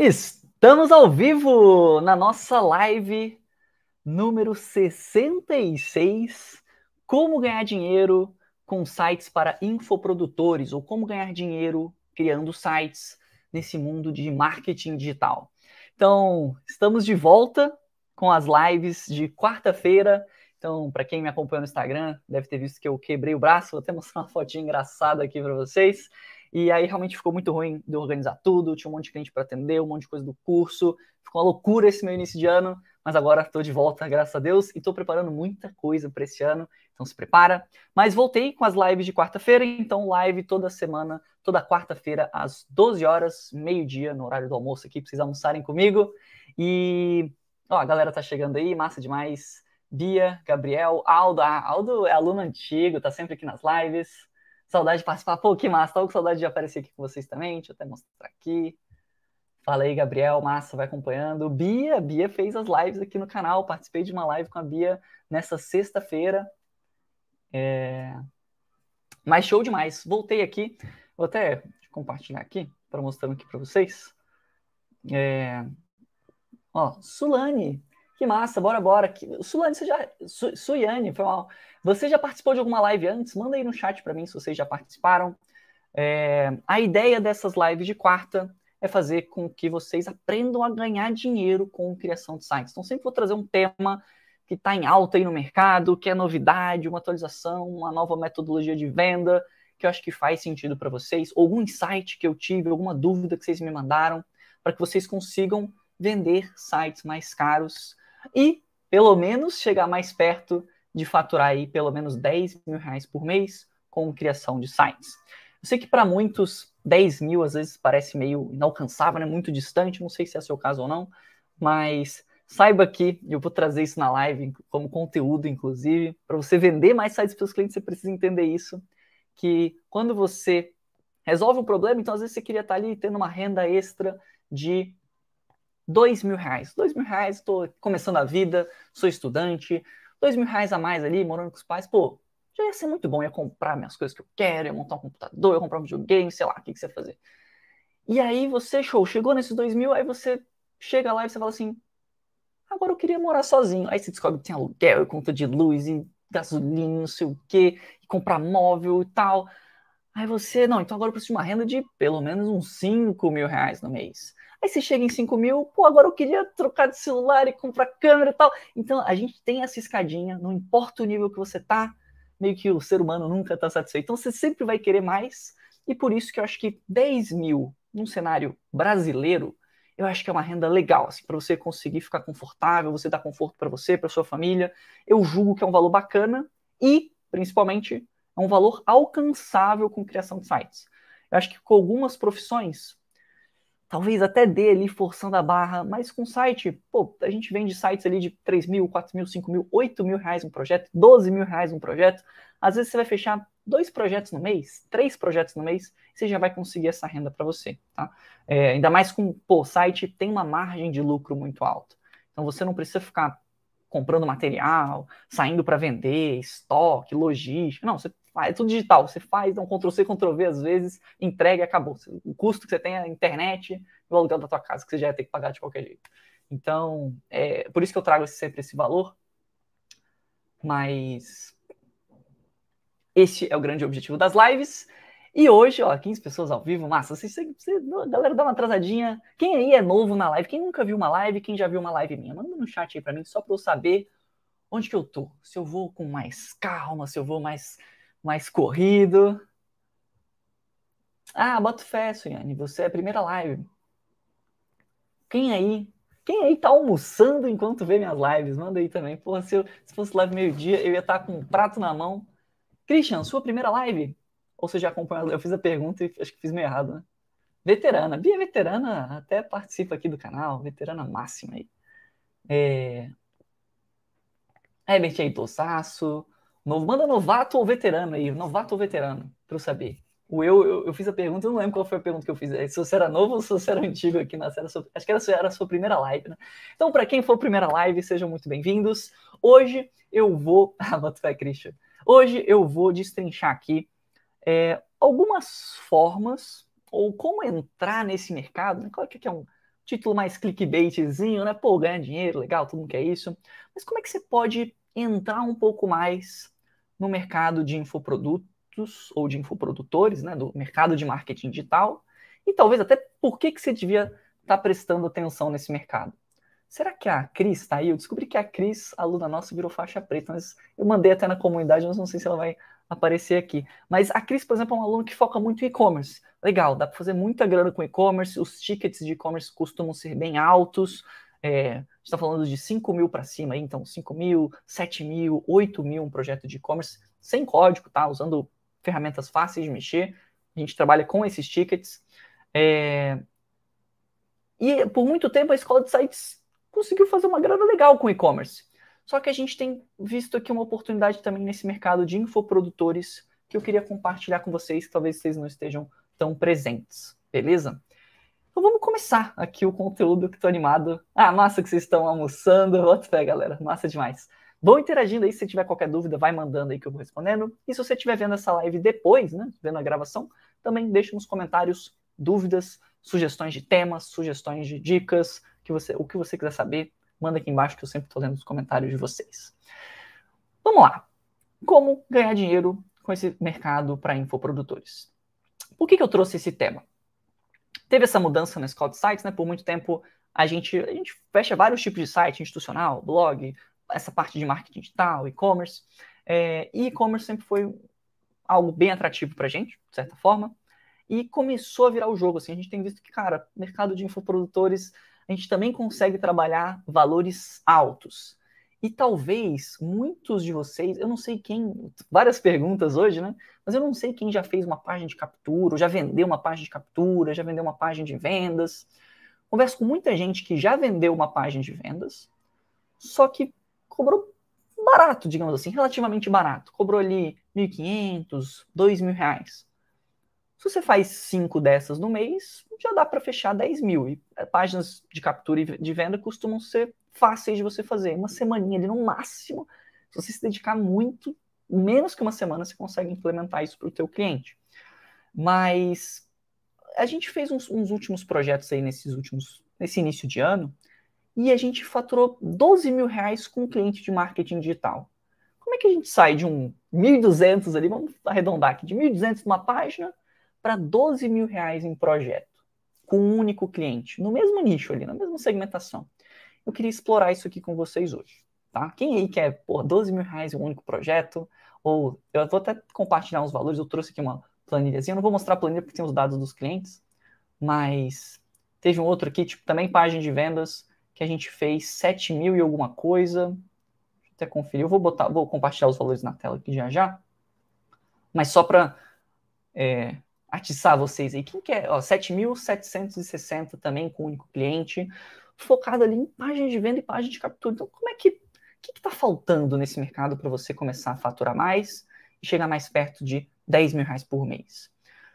Estamos ao vivo na nossa live número 66, como ganhar dinheiro com sites para infoprodutores, ou como ganhar dinheiro criando sites nesse mundo de marketing digital. Então, estamos de volta com as lives de quarta-feira. Então, para quem me acompanha no Instagram, deve ter visto que eu quebrei o braço. Vou até mostrar uma fotinha engraçada aqui para vocês. E aí realmente ficou muito ruim de organizar tudo, tinha um monte de cliente para atender, um monte de coisa do curso. Ficou uma loucura esse meu início de ano, mas agora estou de volta, graças a Deus, e estou preparando muita coisa para esse ano, então se prepara. Mas voltei com as lives de quarta-feira, então live toda semana, toda quarta-feira, às 12 horas, meio-dia, no horário do almoço aqui, pra vocês almoçarem comigo. E, ó, a galera tá chegando aí, massa demais. Bia, Gabriel, Aldo. Aldo é aluno antigo, tá sempre aqui nas lives. Saudade de participar. Pô, que massa. Tô com saudade de aparecer aqui com vocês também. Deixa eu até mostrar aqui. Fala aí, Gabriel. Massa, vai acompanhando. Bia fez as lives aqui no canal. Participei de uma live com a Bia nessa sexta-feira. Mas show demais. Voltei aqui. Vou até compartilhar aqui para mostrar aqui para vocês. Ó, Sulane. Que massa, bora. Sulane, você já... Suiane, foi mal. Você já participou de alguma live antes? Manda aí no chat para mim se vocês já participaram. A ideia dessas lives de quarta é fazer com que vocês aprendam a ganhar dinheiro com criação de sites. Então, sempre vou trazer um tema que está em alta aí no mercado, que é novidade, uma atualização, uma nova metodologia de venda, que eu acho que faz sentido para vocês, algum insight que eu tive, alguma dúvida que vocês me mandaram, para que vocês consigam vender sites mais caros e, pelo menos, chegar mais perto de faturar aí pelo menos R$ 10.000 por mês com criação de sites. Eu sei que para muitos 10 mil às vezes parece meio inalcançável, né? Muito distante, não sei se é seu caso ou não, mas saiba que eu vou trazer isso na live como conteúdo, inclusive, para você vender mais sites para os clientes, você precisa entender isso, que quando você resolve um problema, então às vezes você queria estar ali tendo uma renda extra de R$ 2.000. R$ 2.000, estou começando a vida, sou estudante, R$ 2.000 a mais ali, morando com os pais, pô, já ia ser muito bom, ia comprar minhas coisas que eu quero, ia montar um computador, ia comprar um videogame, sei lá, o que você ia fazer. E aí você, chegou nesses 2.000, aí você chega lá e você fala assim, agora eu queria morar sozinho. Aí você descobre que tem aluguel, conta de luz e gasolina, não sei o quê, e comprar móvel e tal. Aí você, não, então agora eu preciso de uma renda de pelo menos uns R$ 5.000 no mês. Aí você chega em 5.000, pô, agora eu queria trocar de celular e comprar câmera e tal. Então a gente tem essa escadinha, não importa o nível que você tá, meio que o ser humano nunca tá satisfeito. Então você sempre vai querer mais, e por isso que eu acho que 10 mil num cenário brasileiro, eu acho que é uma renda legal, assim, para você conseguir ficar confortável, você dar conforto para você, para sua família. Eu julgo que é um valor bacana e, principalmente, é um valor alcançável com criação de sites. Eu acho que com algumas profissões, talvez até dê ali forçando a barra, mas com site, pô, a gente vende sites ali de 3 mil, 4 mil, 5 mil, 8 mil reais um projeto, 12 mil reais um projeto. Às vezes você vai fechar 2 projetos no mês, 3 projetos no mês, você já vai conseguir essa renda para você, tá? Ainda mais com, pô, site tem uma margem de lucro muito alta. Então você não precisa ficar comprando material, saindo para vender, estoque, logística. Não, você faz, é tudo digital. Você faz, dá um Ctrl-C, Ctrl-V às vezes, entrega e acabou. O custo que você tem é a internet e o aluguel da tua casa, que você já ia ter que pagar de qualquer jeito. Então, por isso que eu trago sempre esse valor, mas este é o grande objetivo das lives. E hoje, ó, 15 pessoas ao vivo, massa. A galera dá uma atrasadinha. Quem aí é novo na live? Quem nunca viu uma live? Quem já viu uma live minha? Manda no chat aí pra mim, só pra eu saber onde que eu tô. Se eu vou com mais calma, se eu vou mais corrido. Ah, boto fé, Suiane, você é a primeira live. Quem aí? Quem aí tá almoçando enquanto vê minhas lives? Manda aí também. Porra, se fosse live meio-dia, eu ia estar com um prato na mão. Christian, sua primeira live? Ou você já acompanhou? Eu fiz a pergunta e acho que fiz meio errado, né? Veterana. Bia veterana até participa aqui do canal. Veterana máxima aí. Herbert aí, Tossaço. Manda novato ou veterano aí. Novato ou veterano, pra eu saber. Eu fiz a pergunta, eu não lembro qual foi a pergunta que eu fiz. Se você era novo ou se você era antigo aqui na série. Acho que era a sua primeira live, né? Então, para quem for primeira live, sejam muito bem-vindos. Hoje eu vou. Ah, boto fé, Christian. Hoje eu vou destrinchar aqui algumas formas ou como entrar nesse mercado. Né? Qual que é título mais clickbaitzinho, né? Pô, ganhar dinheiro, legal, todo mundo quer isso. Mas como é que você pode entrar um pouco mais no mercado de infoprodutos ou de infoprodutores, né? Do mercado de marketing digital? E talvez até por que você devia estar prestando atenção nesse mercado? Será que a Cris está aí? Eu descobri que a Cris, aluna nossa, virou faixa preta, mas eu mandei até na comunidade, mas não sei se ela vai aparecer aqui. Mas a Cris, por exemplo, é uma aluna que foca muito em e-commerce. Legal, dá para fazer muita grana com e-commerce, os tickets de e-commerce costumam ser bem altos. A gente está falando de 5 mil para cima, aí, então 5 mil, 7 mil, 8 mil um projeto de e-commerce, sem código, tá? Usando ferramentas fáceis de mexer. A gente trabalha com esses tickets. E por muito tempo a escola de sites conseguiu fazer uma grana legal com e-commerce. Só que a gente tem visto aqui uma oportunidade também nesse mercado de infoprodutores que eu queria compartilhar com vocês, que talvez vocês não estejam tão presentes, beleza? Então vamos começar aqui o conteúdo que estou animado. Ah, massa que vocês estão almoçando. Bota fé, galera. Massa demais. Vão interagindo aí, se tiver qualquer dúvida, vai mandando aí que eu vou respondendo. E se você estiver vendo essa live depois, né, vendo a gravação, também deixe nos comentários dúvidas, sugestões de temas, sugestões de dicas, o que você quiser saber, manda aqui embaixo que eu sempre estou lendo os comentários de vocês. Vamos lá. Como ganhar dinheiro com esse mercado para infoprodutores? Por que eu trouxe esse tema? Teve essa mudança na escola de sites, né? Por muito tempo a gente fecha vários tipos de site, institucional, blog, essa parte de marketing digital, e-commerce. E e-commerce sempre foi algo bem atrativo para a gente, de certa forma. E começou a virar o jogo, assim, a gente tem visto que, cara, mercado de infoprodutores, a gente também consegue trabalhar valores altos. E talvez muitos de vocês, eu não sei quem, várias perguntas hoje, né? Mas eu não sei quem já fez uma página de captura, ou já vendeu uma página de captura, já vendeu uma página de vendas. Converso com muita gente que já vendeu uma página de vendas, só que cobrou barato, digamos assim, relativamente barato. Cobrou ali R$ 1.500, R$ 2.000. Se você faz 5 dessas no mês, já dá para fechar 10 mil. E páginas de captura e de venda costumam ser fáceis de você fazer. Uma semaninha ali no máximo. Se você se dedicar muito, menos que uma semana, você consegue implementar isso para o teu cliente. Mas a gente fez uns últimos projetos aí nesse início de ano e a gente faturou R$ 12.000 com um cliente de marketing digital. Como é que a gente sai de um 1.200 ali, vamos arredondar aqui, de 1.200 numa página para R$ 12.000 em projeto, com um único cliente, no mesmo nicho ali, na mesma segmentação? Eu queria explorar isso aqui com vocês hoje, tá? Quem aí quer, pô, R$ 12.000 em um único projeto? Ou eu vou até compartilhar os valores, eu trouxe aqui uma planilhazinha, eu não vou mostrar a planilha porque tem os dados dos clientes, mas teve um outro aqui, tipo, também página de vendas, que a gente fez 7 mil e alguma coisa. Deixa eu até conferir, vou compartilhar os valores na tela aqui já já, mas só para atiçar vocês aí. Quem quer? 7.760 também com um único cliente, focado ali em página de venda e página de captura. Então, o que está faltando nesse mercado para você começar a faturar mais e chegar mais perto de R$ 10.000 por mês?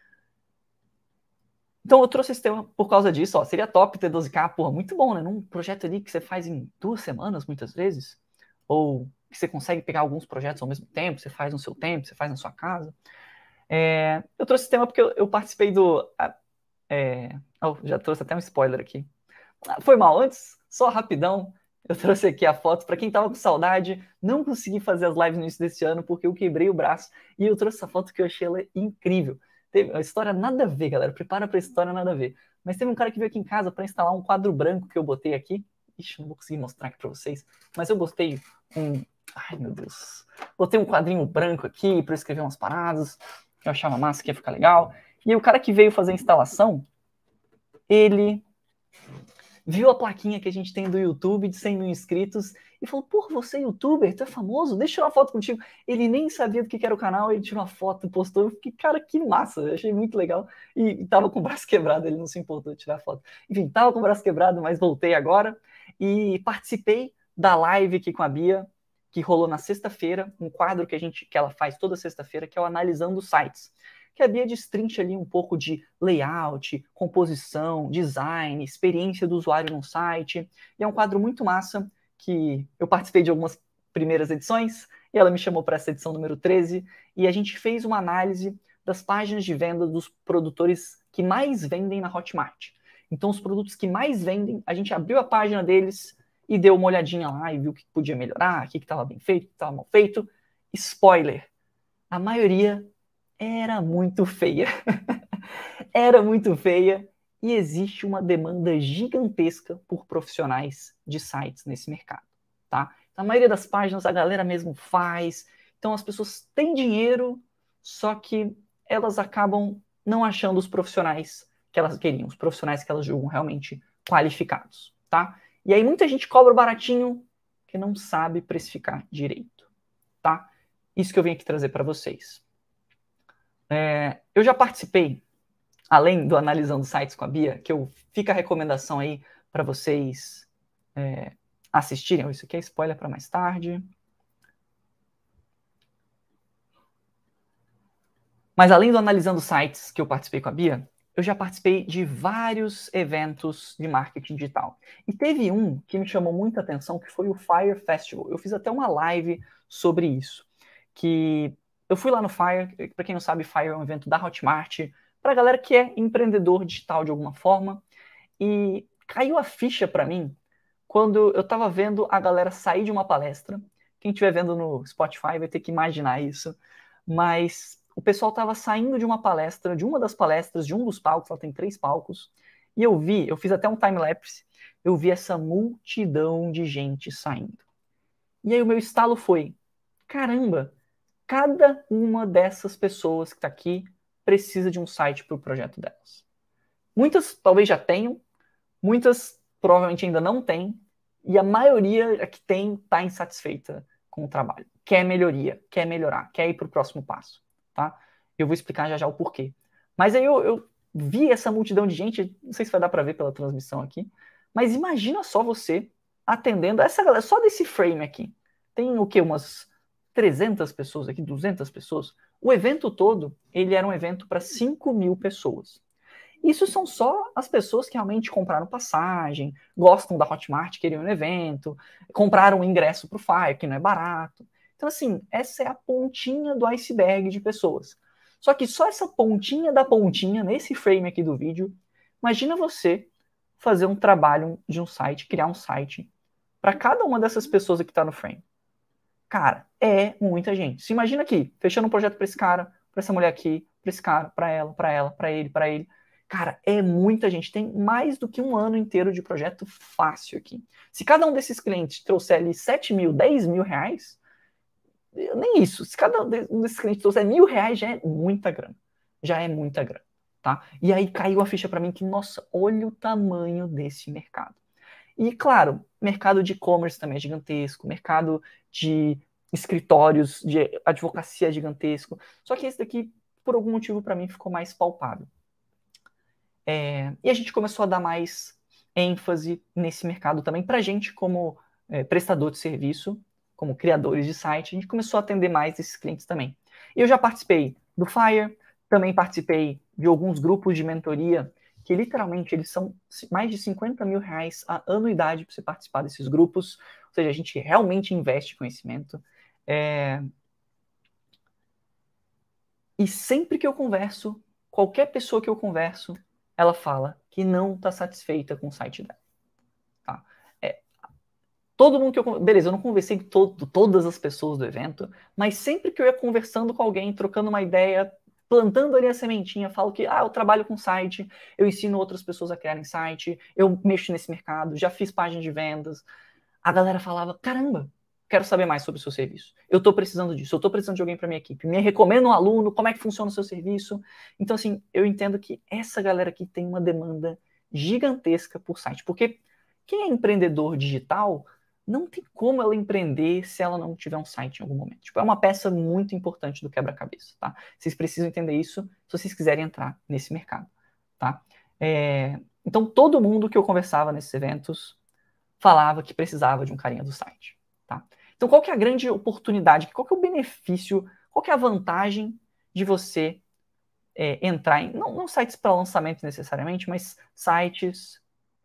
Então, eu trouxe esse tema por causa disso. Seria top ter 12K, porra, muito bom, né? Num projeto ali que você faz em 2 semanas, muitas vezes, ou que você consegue pegar alguns projetos ao mesmo tempo, você faz no seu tempo, você faz na sua casa. Eu trouxe esse tema porque eu participei do... já trouxe até um spoiler aqui. Foi mal, antes, só rapidão, eu trouxe aqui a foto para quem tava com saudade. Não consegui fazer as lives no início desse ano porque eu quebrei o braço e eu trouxe essa foto que eu achei ela incrível. Teve uma história nada a ver, galera. Prepara pra história nada a ver. Mas teve um cara que veio aqui em casa para instalar um quadro branco que eu botei aqui. Ixi, não vou conseguir mostrar aqui para vocês. Mas eu botei ai, meu Deus. Botei um quadrinho branco aqui para escrever umas paradas. Que eu achava massa, que ia ficar legal. E o cara que veio fazer a instalação, ele viu a plaquinha que a gente tem do YouTube de 100 mil inscritos e falou, porra, você é youtuber, tu é famoso, deixa eu tirar uma foto contigo. Ele nem sabia do que era o canal, ele tirou uma foto, postou, eu fiquei, cara, que massa, eu achei muito legal. E tava com o braço quebrado, ele não se importou de tirar foto. Enfim, tava com o braço quebrado, mas voltei agora e participei da live aqui com a Bia, que rolou na sexta-feira, um quadro que ela faz toda sexta-feira, que é o Analisando Sites, que a Bia destrincha ali um pouco de layout, composição, design, experiência do usuário no site. E é um quadro muito massa que eu participei de algumas primeiras edições e ela me chamou para essa edição número 13 e a gente fez uma análise das páginas de venda dos produtores que mais vendem na Hotmart. Então, os produtos que mais vendem, a gente abriu a página deles e deu uma olhadinha lá e viu o que podia melhorar, o que estava bem feito, o que estava mal feito. Spoiler, a maioria era muito feia. Era muito feia e existe uma demanda gigantesca por profissionais de sites nesse mercado, tá? Na maioria das páginas a galera mesmo faz, então as pessoas têm dinheiro, só que elas acabam não achando os profissionais que elas queriam, os profissionais que elas julgam realmente qualificados, tá? E aí muita gente cobra baratinho que não sabe precificar direito, tá? Isso que eu vim aqui trazer para vocês. Eu já participei, além do Analisando Sites com a Bia, que fica a recomendação aí para vocês assistirem. Isso aqui é spoiler para mais tarde. Mas além do Analisando Sites que eu participei com a Bia, eu já participei de vários eventos de marketing digital. E teve um que me chamou muita atenção, que foi o Fire Festival. Eu fiz até uma live sobre isso. Que eu fui lá no Fire, para quem não sabe, Fire é um evento da Hotmart, para a galera que é empreendedor digital de alguma forma. E caiu a ficha para mim quando eu estava vendo a galera sair de uma palestra. Quem estiver vendo no Spotify vai ter que imaginar isso. Mas o pessoal estava saindo de uma palestra, de uma das palestras, de um dos palcos, ela tem 3 palcos, e eu fiz até um time-lapse, eu vi essa multidão de gente saindo. E aí o meu estalo foi, caramba, cada uma dessas pessoas que está aqui precisa de um site para o projeto delas. Muitas talvez já tenham, muitas provavelmente ainda não têm, e a maioria que tem está insatisfeita com o trabalho. Quer melhoria, quer melhorar, quer ir para o próximo passo. Tá? Eu vou explicar já já o porquê. Mas aí eu vi essa multidão de gente, não sei se vai dar para ver pela transmissão aqui, mas imagina só você atendendo essa galera, só desse frame aqui. Tem o quê? Umas 300 pessoas aqui, 200 pessoas. O evento todo, ele era um evento para 5.000 pessoas. Isso são só as pessoas que realmente compraram passagem, gostam da Hotmart, queriam um evento, compraram um ingresso para o Fire, que não é barato. Então, assim, essa é a pontinha do iceberg de pessoas. Só que só essa pontinha da pontinha, nesse frame aqui do vídeo, imagina você fazer um trabalho de um site, criar um site para cada uma dessas pessoas que está no frame. Cara, é muita gente. Se imagina aqui, fechando um projeto para esse cara, para essa mulher aqui, para esse cara, para ela, para ele, para ele. Cara, é muita gente. Tem mais do que um ano inteiro de projeto fácil aqui. Se cada um desses clientes trouxer ali 7 mil, 10 mil reais, nem isso. Se cada um desses clientes trouxer R$ 1.000, já é muita grana. Já é muita grana, tá? E aí caiu a ficha para mim que, nossa, olha o tamanho desse mercado. E, claro, mercado de e-commerce também é gigantesco, mercado de escritórios, de advocacia é gigantesco. Só que esse daqui, por algum motivo, para mim, ficou mais palpável. E a gente começou a dar mais ênfase nesse mercado também para a gente, como prestador de serviço, como criadores de site, a gente começou a atender mais esses clientes também. Eu já participei do Fire, também participei de alguns grupos de mentoria, que literalmente eles são mais de 50 mil reais a anuidade para você participar desses grupos, ou seja, a gente realmente investe em conhecimento. E sempre que eu converso, qualquer pessoa que eu converso, ela fala que não está satisfeita com o site dela. Tá? Todo mundo que eu... Beleza, eu não conversei com todas as pessoas do evento, mas sempre que eu ia conversando com alguém, trocando uma ideia, plantando ali a sementinha, falo que eu trabalho com site, eu ensino outras pessoas a criarem site, eu mexo nesse mercado, já fiz página de vendas. A galera falava, caramba, quero saber mais sobre o seu serviço. Eu estou precisando disso, eu estou precisando de alguém para minha equipe. Me recomenda um aluno, como é que funciona o seu serviço. Então, assim, eu entendo que essa galera aqui tem uma demanda gigantesca por site, porque quem é empreendedor digital não tem como ela empreender se ela não tiver um site em algum momento. Tipo, é uma peça muito importante do quebra-cabeça, tá? Vocês precisam entender isso se vocês quiserem entrar nesse mercado, tá? Então, todo mundo que eu conversava nesses eventos falava que precisava de um carinha do site, tá? Então, qual que é a grande oportunidade, qual que é o benefício, qual que é a vantagem de você entrar em, não sites para lançamento necessariamente, mas sites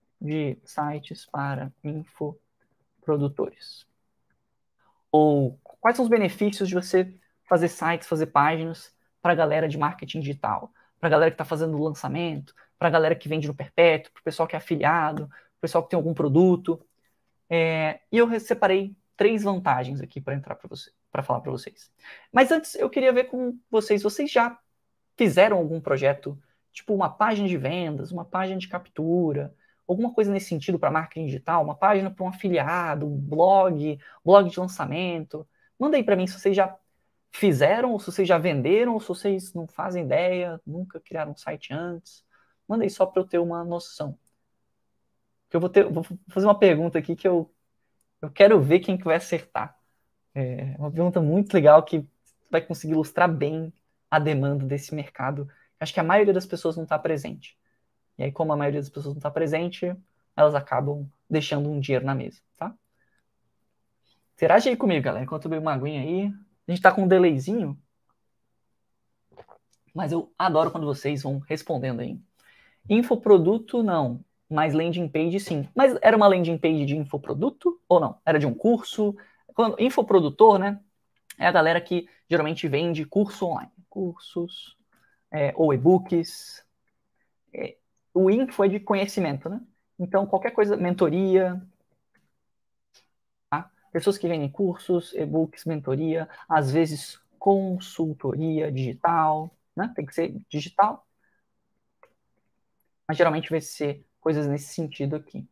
para infoprodutores? Ou quais são os benefícios de você fazer sites, fazer páginas para a galera de marketing digital, para a galera que está fazendo lançamento, para a galera que vende no perpétuo, para o pessoal que é afiliado, para o pessoal que tem algum produto. E eu separei 3 vantagens aqui para entrar para falar para vocês. Mas antes eu queria ver com vocês já fizeram algum projeto, tipo uma página de vendas, uma página de captura, alguma coisa nesse sentido para marketing digital, uma página para um afiliado, um blog de lançamento? Manda aí para mim se vocês já fizeram, ou se vocês já venderam, ou se vocês não fazem ideia, nunca criaram um site antes. Manda aí só para eu ter uma noção. Que eu vou fazer uma pergunta aqui que eu quero ver quem que vai acertar. É uma pergunta muito legal que vai conseguir ilustrar bem a demanda desse mercado. Acho que a maioria das pessoas não está presente. E aí, como a maioria das pessoas não está presente, elas acabam deixando um dinheiro na mesa, tá? Interage aí comigo, galera, enquanto eu bebo uma aguinha aí. A gente está com um delayzinho, mas eu adoro quando vocês vão respondendo aí. Infoproduto, não. Mas landing page, sim. Mas era uma landing page de infoproduto ou não? Era de um curso? Infoprodutor, né? É a galera que geralmente vende curso online. Cursos, ou e-books. O info é de conhecimento, né? Então, qualquer coisa, mentoria, tá? Pessoas que vendem cursos, e-books, mentoria, às vezes consultoria digital, né? Tem que ser digital, mas geralmente vai ser coisas nesse sentido aqui.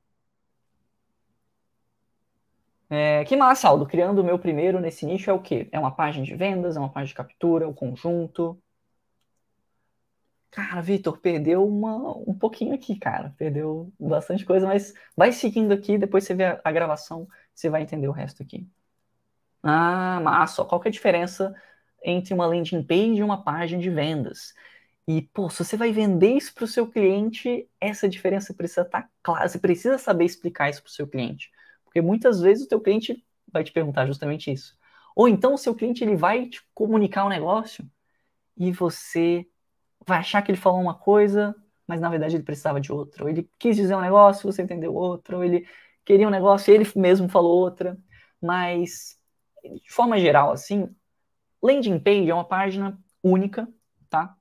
Que massa, Aldo. Criando o meu primeiro nesse nicho é o quê? É uma página de vendas, é uma página de captura, um conjunto. Cara, Vitor, perdeu um pouquinho aqui, cara. Perdeu bastante coisa, mas vai seguindo aqui, depois você vê a gravação, você vai entender o resto aqui. Ah, massa. Qual que é a diferença entre uma landing page e uma página de vendas? E, pô, se você vai vender isso para o seu cliente, essa diferença precisa estar clara. Você precisa saber explicar isso para o seu cliente. Porque muitas vezes o teu cliente vai te perguntar justamente isso. Ou então o seu cliente ele vai te comunicar um negócio e você vai achar que ele falou uma coisa, mas na verdade ele precisava de outra. Ou ele quis dizer um negócio, você entendeu outra. Ou ele queria um negócio e ele mesmo falou outra. Mas, de forma geral, assim, landing page é uma página única, tá?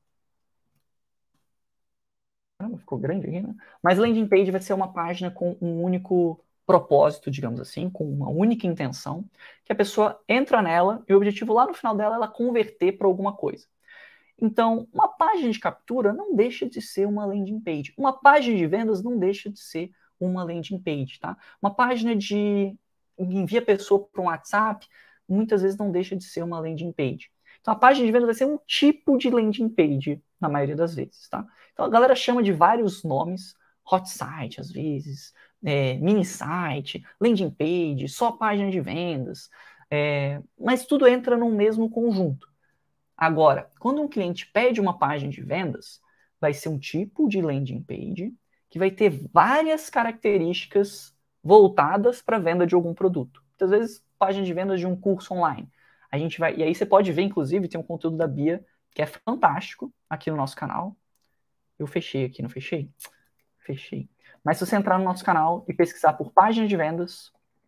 Ficou grande aqui, né? Mas landing page vai ser uma página com um único propósito, digamos assim, com uma única intenção, que a pessoa entra nela e o objetivo lá no final dela é ela converter para alguma coisa. Então, uma página de captura não deixa de ser uma landing page. Uma página de vendas não deixa de ser uma landing page, tá? Uma página de envia a pessoa para um WhatsApp, muitas vezes não deixa de ser uma landing page. Então, a página de vendas vai ser um tipo de landing page, na maioria das vezes, tá? Então, a galera chama de vários nomes, hot site, às vezes, mini site, landing page, só página de vendas, mas tudo entra num mesmo conjunto. Agora, quando um cliente pede uma página de vendas, vai ser um tipo de landing page que vai ter várias características voltadas para a venda de algum produto. Muitas vezes, página de vendas de um curso online. E aí você pode ver, inclusive, tem um conteúdo da Bia que é fantástico aqui no nosso canal. Eu fechei aqui, não fechei? Fechei. Mas se você entrar no nosso canal e pesquisar por página de vendas,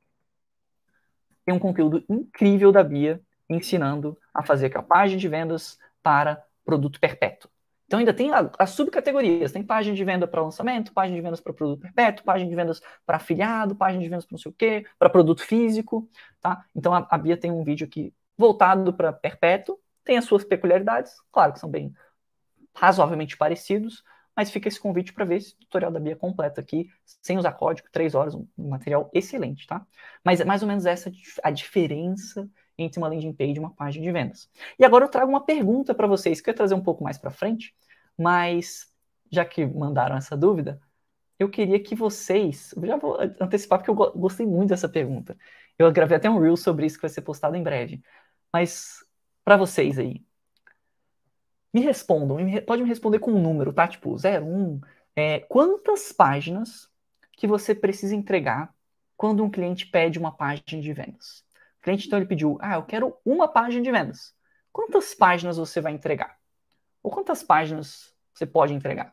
tem um conteúdo incrível da Bia ensinando a fazer a página de vendas para produto perpétuo. Então ainda tem as subcategorias, tem página de venda para lançamento, página de vendas para produto perpétuo, página de vendas para afiliado, página de vendas para não sei o quê, para produto físico, tá? Então a Bia tem um vídeo aqui voltado para perpétuo, tem as suas peculiaridades, claro que são bem razoavelmente parecidos, mas fica esse convite para ver esse tutorial da Bia completo aqui, sem usar código, 3 horas, um material excelente, tá? Mas é mais ou menos essa a diferença entre uma landing page e uma página de vendas. E agora eu trago uma pergunta para vocês, que eu ia trazer um pouco mais para frente, mas já que mandaram essa dúvida, eu queria que vocês, eu já vou antecipar porque eu gostei muito dessa pergunta. Eu gravei até um reel sobre isso que vai ser postado em breve. Mas para vocês aí, me respondam, pode me responder com um número, tá? Tipo, 0, 1. Quantas páginas que você precisa entregar quando um cliente pede uma página de vendas? O cliente, então, ele pediu, eu quero uma página de vendas. Quantas páginas você vai entregar? Ou quantas páginas você pode entregar?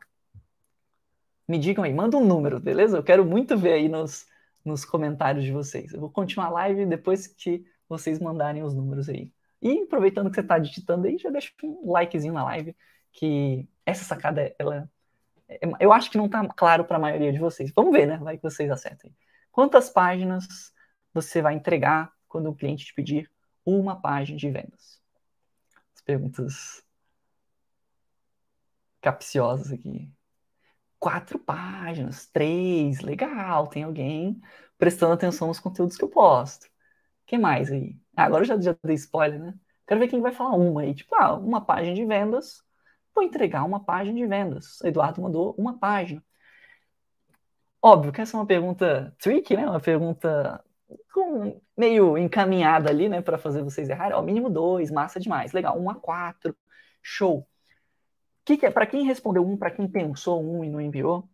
Me digam aí, manda um número, beleza? Eu quero muito ver aí nos comentários de vocês. Eu vou continuar a live depois que vocês mandarem os números aí. E aproveitando que você está digitando aí, já deixa um likezinho na live, que essa sacada, ela eu acho que não está claro para a maioria de vocês. Vamos ver, né? Vai que vocês acertem. Quantas páginas você vai entregar quando o cliente te pedir uma página de vendas? As perguntas capciosas aqui. 4 páginas, 3, legal, tem alguém prestando atenção nos conteúdos que eu posto. Quem mais aí? Agora eu já dei spoiler, né? Quero ver quem vai falar uma aí. Tipo, uma página de vendas. Vou entregar uma página de vendas. O Eduardo mandou uma página. Óbvio que essa é uma pergunta tricky, né? Uma pergunta meio encaminhada ali, né? Para fazer vocês errarem. Ó, mínimo 2, massa demais. Legal, 1 a 4, show. Que é, para quem respondeu 1, para quem pensou 1 e não enviou,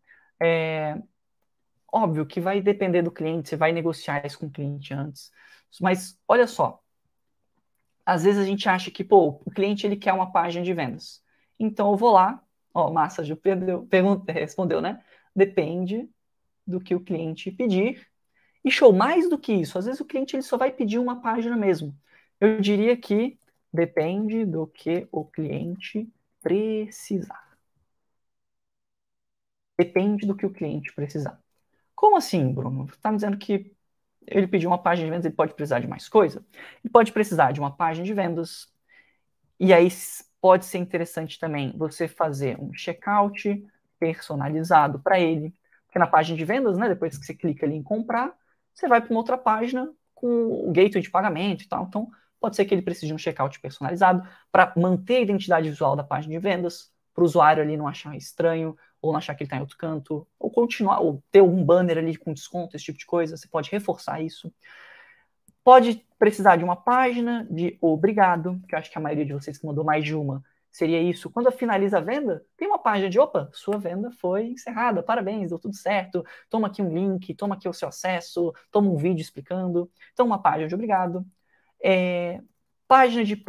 óbvio que vai depender do cliente, você vai negociar isso com o cliente antes. Mas olha só, às vezes a gente acha que, pô, o cliente ele quer uma página de vendas. Então eu vou lá, ó, Massa já respondeu, né? Depende do que o cliente pedir. E show, mais do que isso, às vezes o cliente ele só vai pedir uma página mesmo. Eu diria que depende do que o cliente precisar. Depende do que o cliente precisar. Como assim, Bruno? Você está me dizendo que ele pediu uma página de vendas, ele pode precisar de mais coisa? Ele pode precisar de uma página de vendas, e aí pode ser interessante também você fazer um checkout personalizado para ele. Porque na página de vendas, né, depois que você clica ali em comprar, você vai para uma outra página com o gateway de pagamento e tal. Então, pode ser que ele precise de um checkout personalizado para manter a identidade visual da página de vendas, para o usuário ali não achar estranho, ou não achar que ele está em outro canto, ou continuar, ou ter um banner ali com desconto, esse tipo de coisa. Você pode reforçar isso. Pode precisar de uma página de obrigado, que eu acho que a maioria de vocês que mandou mais de uma seria isso. Quando finaliza a venda, tem uma página de opa, sua venda foi encerrada, parabéns, deu tudo certo, toma aqui um link, toma aqui o seu acesso, toma um vídeo explicando. Então, uma página de obrigado. Página de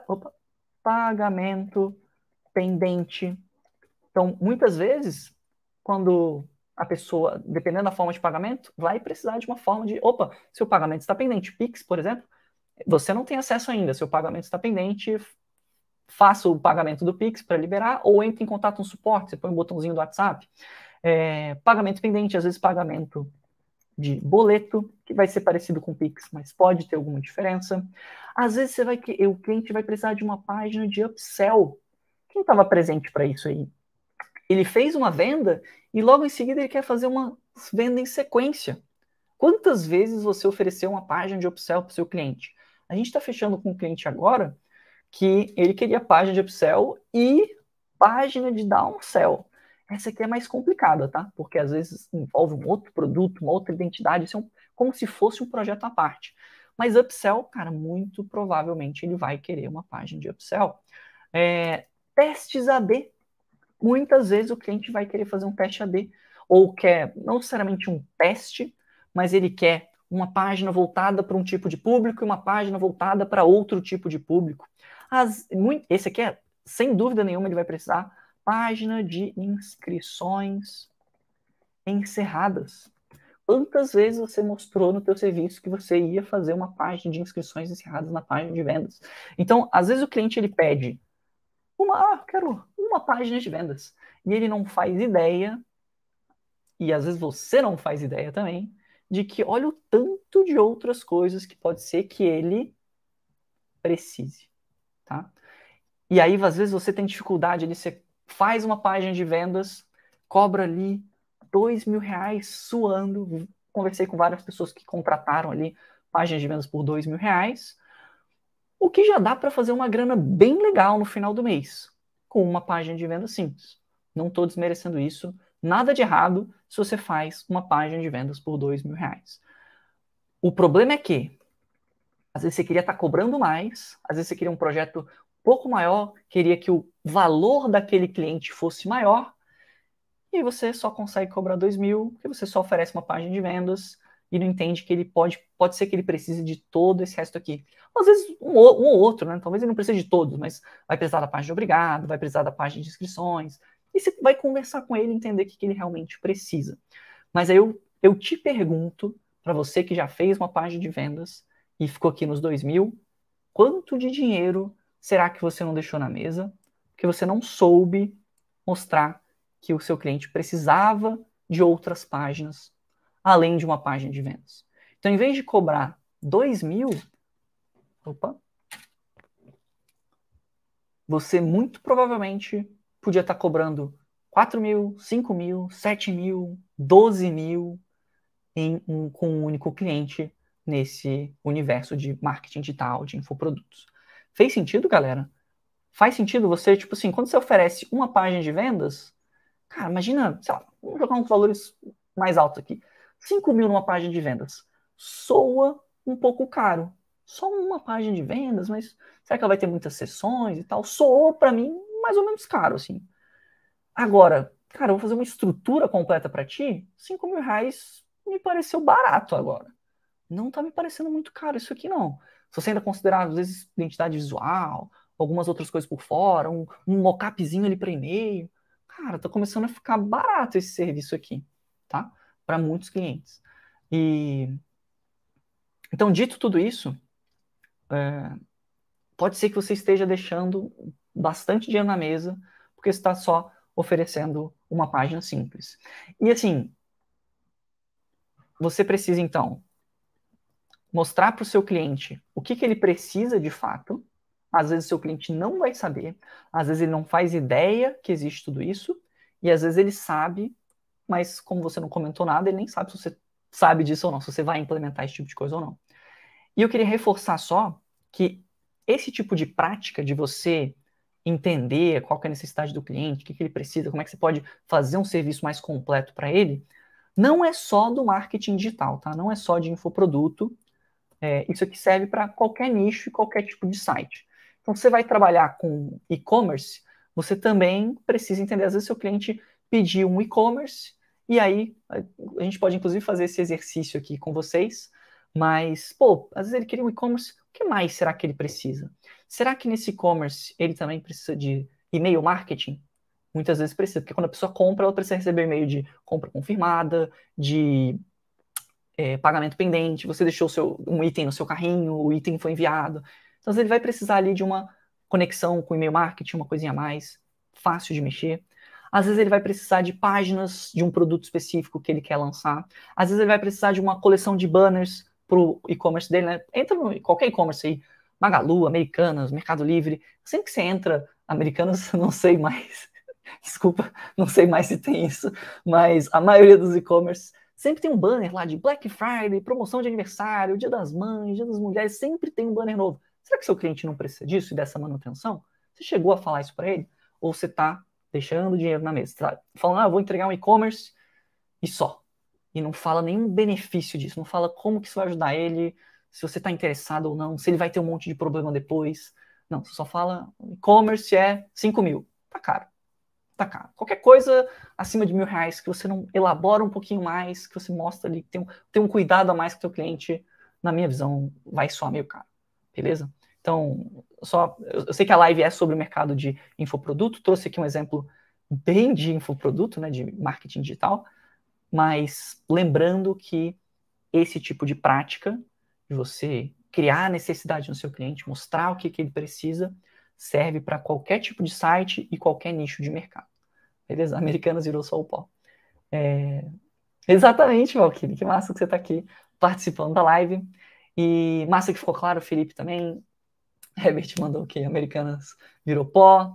pagamento pendente. Então, muitas vezes, quando a pessoa, dependendo da forma de pagamento, vai precisar de uma forma de, opa, seu pagamento está pendente. Pix, por exemplo, você não tem acesso ainda, seu pagamento está pendente, faça o pagamento do Pix para liberar, ou entre em contato com o suporte, você põe um botãozinho do WhatsApp. Pagamento pendente, às vezes pagamento de boleto, que vai ser parecido com o Pix, mas pode ter alguma diferença. Às vezes o cliente vai precisar de uma página de upsell. Quem estava presente para isso aí? Ele fez uma venda e logo em seguida ele quer fazer uma venda em sequência. Quantas vezes você ofereceu uma página de upsell para o seu cliente? A gente está fechando com o cliente agora que ele queria página de upsell e página de downsell. Essa aqui é mais complicada, tá? Porque às vezes envolve um outro produto, uma outra identidade, isso é como se fosse um projeto à parte. Mas upsell, cara, muito provavelmente ele vai querer uma página de upsell. Testes AB. Muitas vezes o cliente vai querer fazer um teste AB, ou quer não necessariamente um teste, mas ele quer uma página voltada para um tipo de público e uma página voltada para outro tipo de público. Esse aqui sem dúvida nenhuma, ele vai precisar página de inscrições encerradas. Quantas vezes você mostrou no teu serviço que você ia fazer uma página de inscrições encerradas na página de vendas? Então, às vezes o cliente ele pede quero uma página de vendas. E ele não faz ideia, e às vezes você não faz ideia também, de que olha o tanto de outras coisas que pode ser que ele precise, tá? E aí, às vezes, você tem dificuldade ali, você faz uma página de vendas, cobra ali R$ 2.000 suando. Conversei com várias pessoas que contrataram ali páginas de vendas por R$ 2.000, o que já dá para fazer uma grana bem legal no final do mês, com uma página de vendas simples. Não estou desmerecendo isso, nada de errado se você faz uma página de vendas por R$ 2.000. O problema é que às vezes você queria estar cobrando mais, às vezes você queria um projeto um pouco maior, queria que o valor daquele cliente fosse maior, e você só consegue cobrar 2.000, porque você só oferece uma página de vendas e não entende que ele pode ser que ele precise de todo esse resto aqui. Às vezes um ou outro, né? Talvez ele não precise de todos, mas vai precisar da página de obrigado, vai precisar da página de inscrições, e você vai conversar com ele e entender o que ele realmente precisa. Mas aí eu te pergunto, para você que já fez uma página de vendas e ficou aqui nos 2.000, quanto de dinheiro será que você não deixou na mesa? Porque você não soube mostrar que o seu cliente precisava de outras páginas, além de uma página de vendas. Então, em vez de cobrar 2.000, você muito provavelmente podia estar cobrando 4.000, 5.000, 7.000, 12.000 com um único cliente nesse universo de marketing digital, de infoprodutos. Fez sentido, galera? Faz sentido você, tipo assim, quando você oferece uma página de vendas, cara, imagina, sei lá, vamos jogar uns valores mais altos aqui. 5.000 numa página de vendas. Soa um pouco caro. Só uma página de vendas, mas será que ela vai ter muitas sessões e tal? Soou para mim mais ou menos caro, assim. Agora, cara, eu vou fazer uma estrutura completa para ti, 5.000 reais me pareceu barato agora. Não tá me parecendo muito caro isso aqui, não. Se você ainda considerar, às vezes, identidade visual, algumas outras coisas por fora, um mockupzinho ali para e-mail, cara, tá começando a ficar barato esse serviço aqui, tá? Para muitos clientes. E então, dito tudo isso, pode ser que você esteja deixando bastante dinheiro na mesa, porque você está só oferecendo uma página simples. E assim, você precisa então mostrar para o seu cliente o que ele precisa de fato. Às vezes o seu cliente não vai saber, às vezes ele não faz ideia que existe tudo isso, e às vezes ele sabe, mas como você não comentou nada, ele nem sabe se você sabe disso ou não, se você vai implementar esse tipo de coisa ou não. E eu queria reforçar só que esse tipo de prática de você entender qual que é a necessidade do cliente, o que ele precisa, como é que você pode fazer um serviço mais completo para ele, não é só do marketing digital, tá? Não é só de infoproduto. Isso aqui serve para qualquer nicho e qualquer tipo de site. Então, você vai trabalhar com e-commerce, você também precisa entender, às vezes, seu cliente pedir um e-commerce, e aí a gente pode, inclusive, fazer esse exercício aqui com vocês, mas, pô, às vezes ele queria um e-commerce, o que mais será que ele precisa? Será que nesse e-commerce ele também precisa de e-mail marketing? Muitas vezes precisa, porque quando a pessoa compra, ela precisa receber e-mail de compra confirmada, de pagamento pendente, você deixou um item no seu carrinho, o item foi enviado. Então, ele vai precisar ali de uma conexão com e-mail marketing, uma coisinha a mais, fácil de mexer. Às vezes ele vai precisar de páginas de um produto específico que ele quer lançar. Às vezes ele vai precisar de uma coleção de banners para o e-commerce dele, né? Entra em qualquer e-commerce aí, Magalu, Americanas, Mercado Livre. Sempre que você entra, Americanas, não sei mais. Desculpa, não sei mais se tem isso, mas a maioria dos e-commerce sempre tem um banner lá de Black Friday, promoção de aniversário, Dia das Mães, Dia das Mulheres, sempre tem um banner novo. Será que seu cliente não precisa disso e dessa manutenção? Você chegou a falar isso para ele? Ou você está deixando dinheiro na mesa? Tá falando, vou entregar um e-commerce e só. E não fala nenhum benefício disso, não fala como que isso vai ajudar ele, se você está interessado ou não, se ele vai ter um monte de problema depois. Não, você só fala, e-commerce é 5.000. Tá caro. Tá caro. Qualquer coisa acima de R$ 1.000 que você não elabora um pouquinho mais, que você mostra ali, que tem um cuidado a mais com o teu cliente, na minha visão, vai soar meio caro. Beleza? Então, eu sei que a live é sobre o mercado de infoproduto, trouxe aqui um exemplo bem de infoproduto, né, de marketing digital, mas lembrando que esse tipo de prática, de você criar a necessidade no seu cliente, mostrar o que ele precisa, serve para qualquer tipo de site e qualquer nicho de mercado. Beleza? Americanas virou só o pó. Exatamente, Valkyrie. Que massa que você está aqui participando da live. E massa que ficou claro, o Felipe também. Herbert mandou que Americanas virou pó.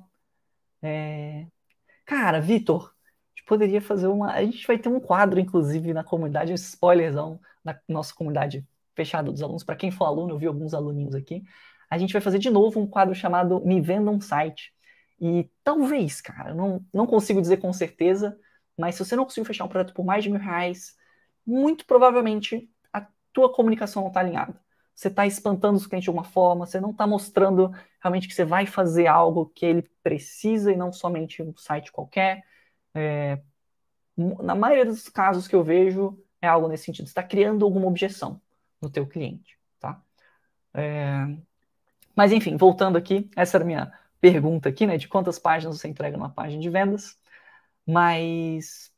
Cara, Vitor, a gente poderia fazer uma. A gente vai ter um quadro, inclusive, na comunidade, um spoilerzão na nossa comunidade fechada dos alunos. Para quem for aluno, eu vi alguns aluninhos aqui. A gente vai fazer de novo um quadro chamado Me Venda um Site. E talvez, cara, não consigo dizer com certeza, mas se você não conseguir fechar um projeto por mais de R$ 1.000, muito provavelmente a tua comunicação não está alinhada. Você está espantando os clientes de alguma forma, você não está mostrando realmente que você vai fazer algo que ele precisa e não somente um site qualquer. Na maioria dos casos que eu vejo, é algo nesse sentido. Você está criando alguma objeção no teu cliente, tá? Mas enfim, voltando aqui, essa era a minha pergunta aqui, né? De quantas páginas você entrega numa página de vendas. Mas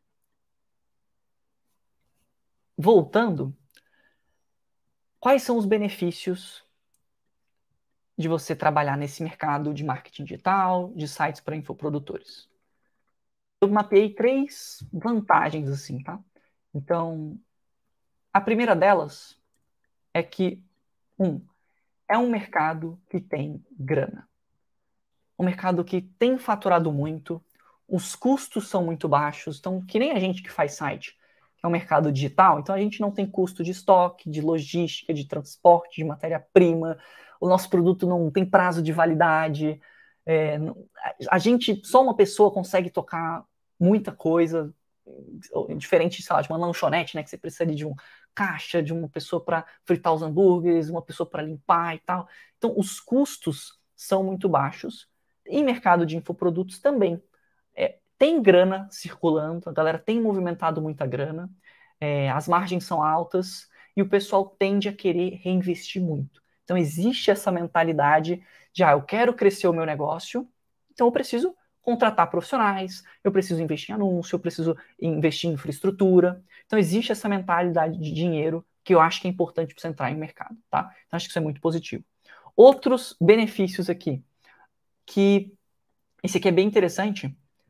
voltando, quais são os benefícios de você trabalhar nesse mercado de marketing digital, de sites para infoprodutores? eu mapeei 3 vantagens, assim, tá? Então, a primeira delas é que, é um mercado que tem grana. Um mercado que tem faturado muito, os custos são muito baixos, então, que nem a gente que faz site, que é um mercado digital, então a gente não tem custo de estoque, de logística, de transporte, de matéria-prima, o nosso produto não tem prazo de validade, a gente, só uma pessoa consegue tocar muita coisa, diferente, sei lá, de uma lanchonete, né, que você precisa de um caixa, de uma pessoa para fritar os hambúrgueres, uma pessoa para limpar e tal. Então, os custos são muito baixos. E mercado de infoprodutos também. Tem grana circulando, a galera tem movimentado muita grana, as margens são altas e o pessoal tende a querer reinvestir muito. Então, existe essa mentalidade de, eu quero crescer o meu negócio, então eu preciso contratar profissionais, eu preciso investir em anúncio, eu preciso investir em infraestrutura. Então, existe essa mentalidade de dinheiro que eu acho que é importante para você entrar em mercado, tá? Então, acho que isso é muito positivo. Outros benefícios aqui, que esse aqui é bem interessante,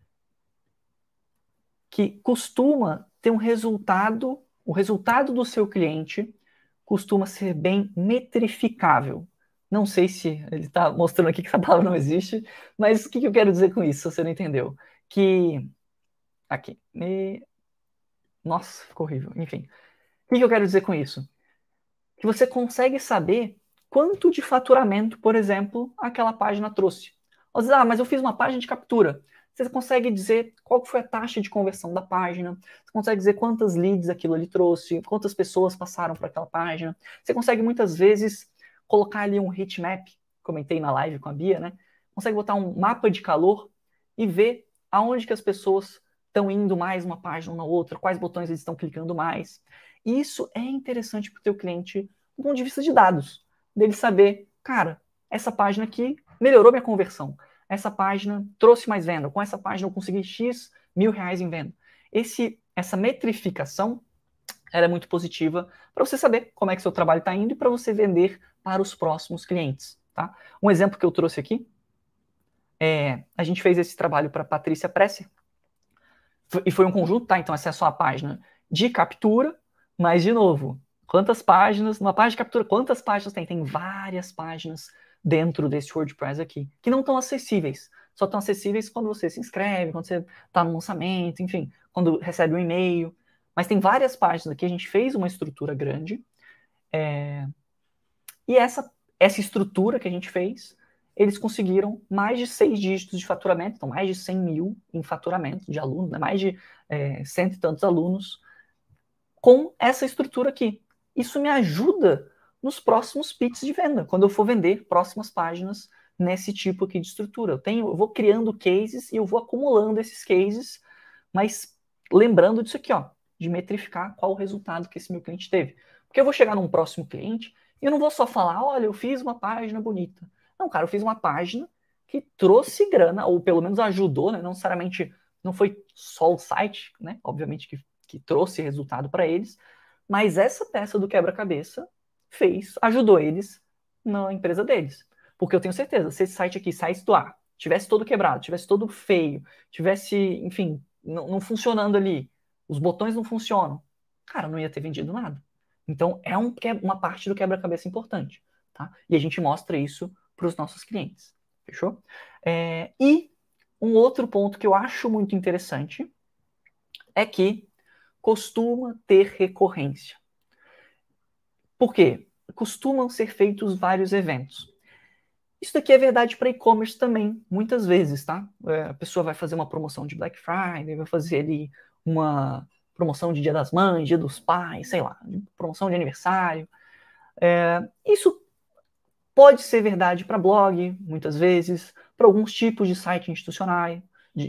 que costuma ter um resultado, o resultado do seu cliente costuma ser bem metrificável. Não sei se ele está mostrando aqui que essa palavra não existe, mas o que eu quero dizer com isso, se você não entendeu? Que. Aqui. Nossa, ficou horrível. Enfim. O que eu quero dizer com isso? Que você consegue saber quanto de faturamento, por exemplo, aquela página trouxe. Você diz, mas eu fiz uma página de captura. Você consegue dizer qual foi a taxa de conversão da página, você consegue dizer quantas leads aquilo ali trouxe, quantas pessoas passaram por aquela página. Você consegue muitas vezes colocar ali um heat map, comentei na live com a Bia, né? Consegue botar um mapa de calor e ver aonde que as pessoas estão indo mais uma página ou na outra, quais botões eles estão clicando mais. Isso é interessante para o teu cliente do ponto de vista de dados, dele saber, cara, essa página aqui melhorou minha conversão, essa página trouxe mais venda, com essa página eu consegui X R$ 1.000 em venda. Essa metrificação ela é muito positiva para você saber como é que seu trabalho está indo e para você vender para os próximos clientes. Tá? Um exemplo que eu trouxe aqui, a gente fez esse trabalho para Patrícia Presser, e foi um conjunto, tá? Então essa é só a página de captura, mas de novo, quantas páginas, numa página de captura, quantas páginas tem? Tem várias páginas dentro desse WordPress aqui, que não estão acessíveis. Só estão acessíveis quando você se inscreve, quando você está no lançamento, enfim, quando recebe um e-mail. Mas tem várias páginas aqui, a gente fez uma estrutura grande, e essa estrutura que a gente fez, eles conseguiram mais de 6 dígitos de faturamento, então mais de 100 mil em faturamento de alunos, né? Mais de cento e tantos alunos, com essa estrutura aqui. Isso me ajuda nos próximos pitches de venda, quando eu for vender próximas páginas nesse tipo aqui de estrutura. Eu vou criando cases e eu vou acumulando esses cases, mas lembrando disso aqui, ó, de metrificar qual o resultado que esse meu cliente teve. Porque eu vou chegar num próximo cliente e eu não vou só falar, olha, eu fiz uma página bonita. Não, cara, eu fiz uma página que trouxe grana, ou pelo menos ajudou, né? Não necessariamente, não foi só o site, né? Obviamente que trouxe resultado para eles, mas essa peça do quebra-cabeça ajudou eles na empresa deles. Porque eu tenho certeza, se esse site aqui saísse do ar, tivesse todo quebrado, tivesse todo feio, tivesse, enfim, não funcionando ali, os botões não funcionam, cara, não ia ter vendido nada. Então, é uma parte do quebra-cabeça importante, tá? E a gente mostra isso para os nossos clientes, fechou? E um outro ponto que eu acho muito interessante é que costuma ter recorrência. Por quê? Costumam ser feitos vários eventos. Isso daqui é verdade para e-commerce também, muitas vezes, tá? A pessoa vai fazer uma promoção de Black Friday, vai fazer ali uma promoção de Dia das Mães, Dia dos Pais, sei lá, promoção de aniversário. Isso pode ser verdade para blog, muitas vezes, para alguns tipos de site institucional,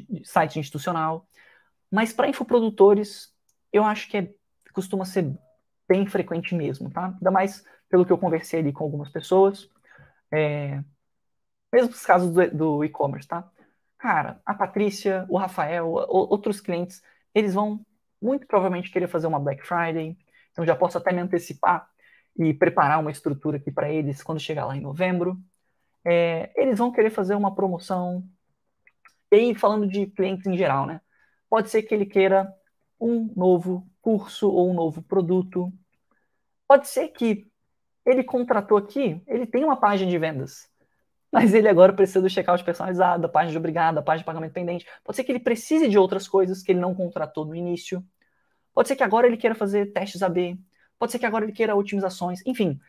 mas para infoprodutores, eu acho que costuma ser bem frequente mesmo, tá? Ainda mais pelo que eu conversei ali com algumas pessoas. Mesmo os casos do e-commerce, tá? Cara, a Patrícia, o Rafael, outros clientes, eles vão muito provavelmente querer fazer uma Black Friday. Então já posso até me antecipar e preparar uma estrutura aqui para eles quando chegar lá em novembro. Eles vão querer fazer uma promoção. E aí, falando de clientes em geral, né? Pode ser que ele queira um novo curso ou um novo produto. Pode ser que ele contratou aqui, ele tem uma página de vendas, mas ele agora precisa do checkout personalizado, da página de obrigado, da página de pagamento pendente. Pode ser que ele precise de outras coisas que ele não contratou no início. Pode ser que agora ele queira fazer testes AB. Pode ser que agora ele queira otimizações. Enfim,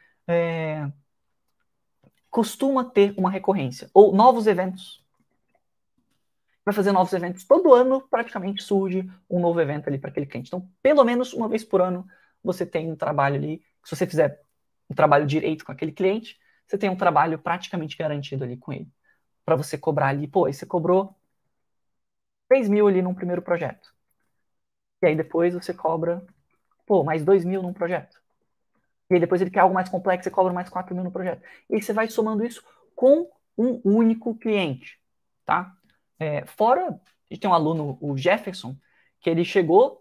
costuma ter uma recorrência. Ou novos eventos. Vai fazer novos eventos. Todo ano, praticamente, surge um novo evento ali para aquele cliente. Então, pelo menos uma vez por ano, você tem um trabalho ali. Se você fizer um trabalho direito com aquele cliente, você tem um trabalho praticamente garantido ali com ele. Para você cobrar ali, pô, aí você cobrou 3 mil ali num primeiro projeto. E aí depois você cobra, pô, mais 2 mil num projeto. E aí depois ele quer algo mais complexo, você cobra mais 4 mil no projeto. E aí você vai somando isso com um único cliente, tá? Fora, a gente tem um aluno, o Jefferson, que ele chegou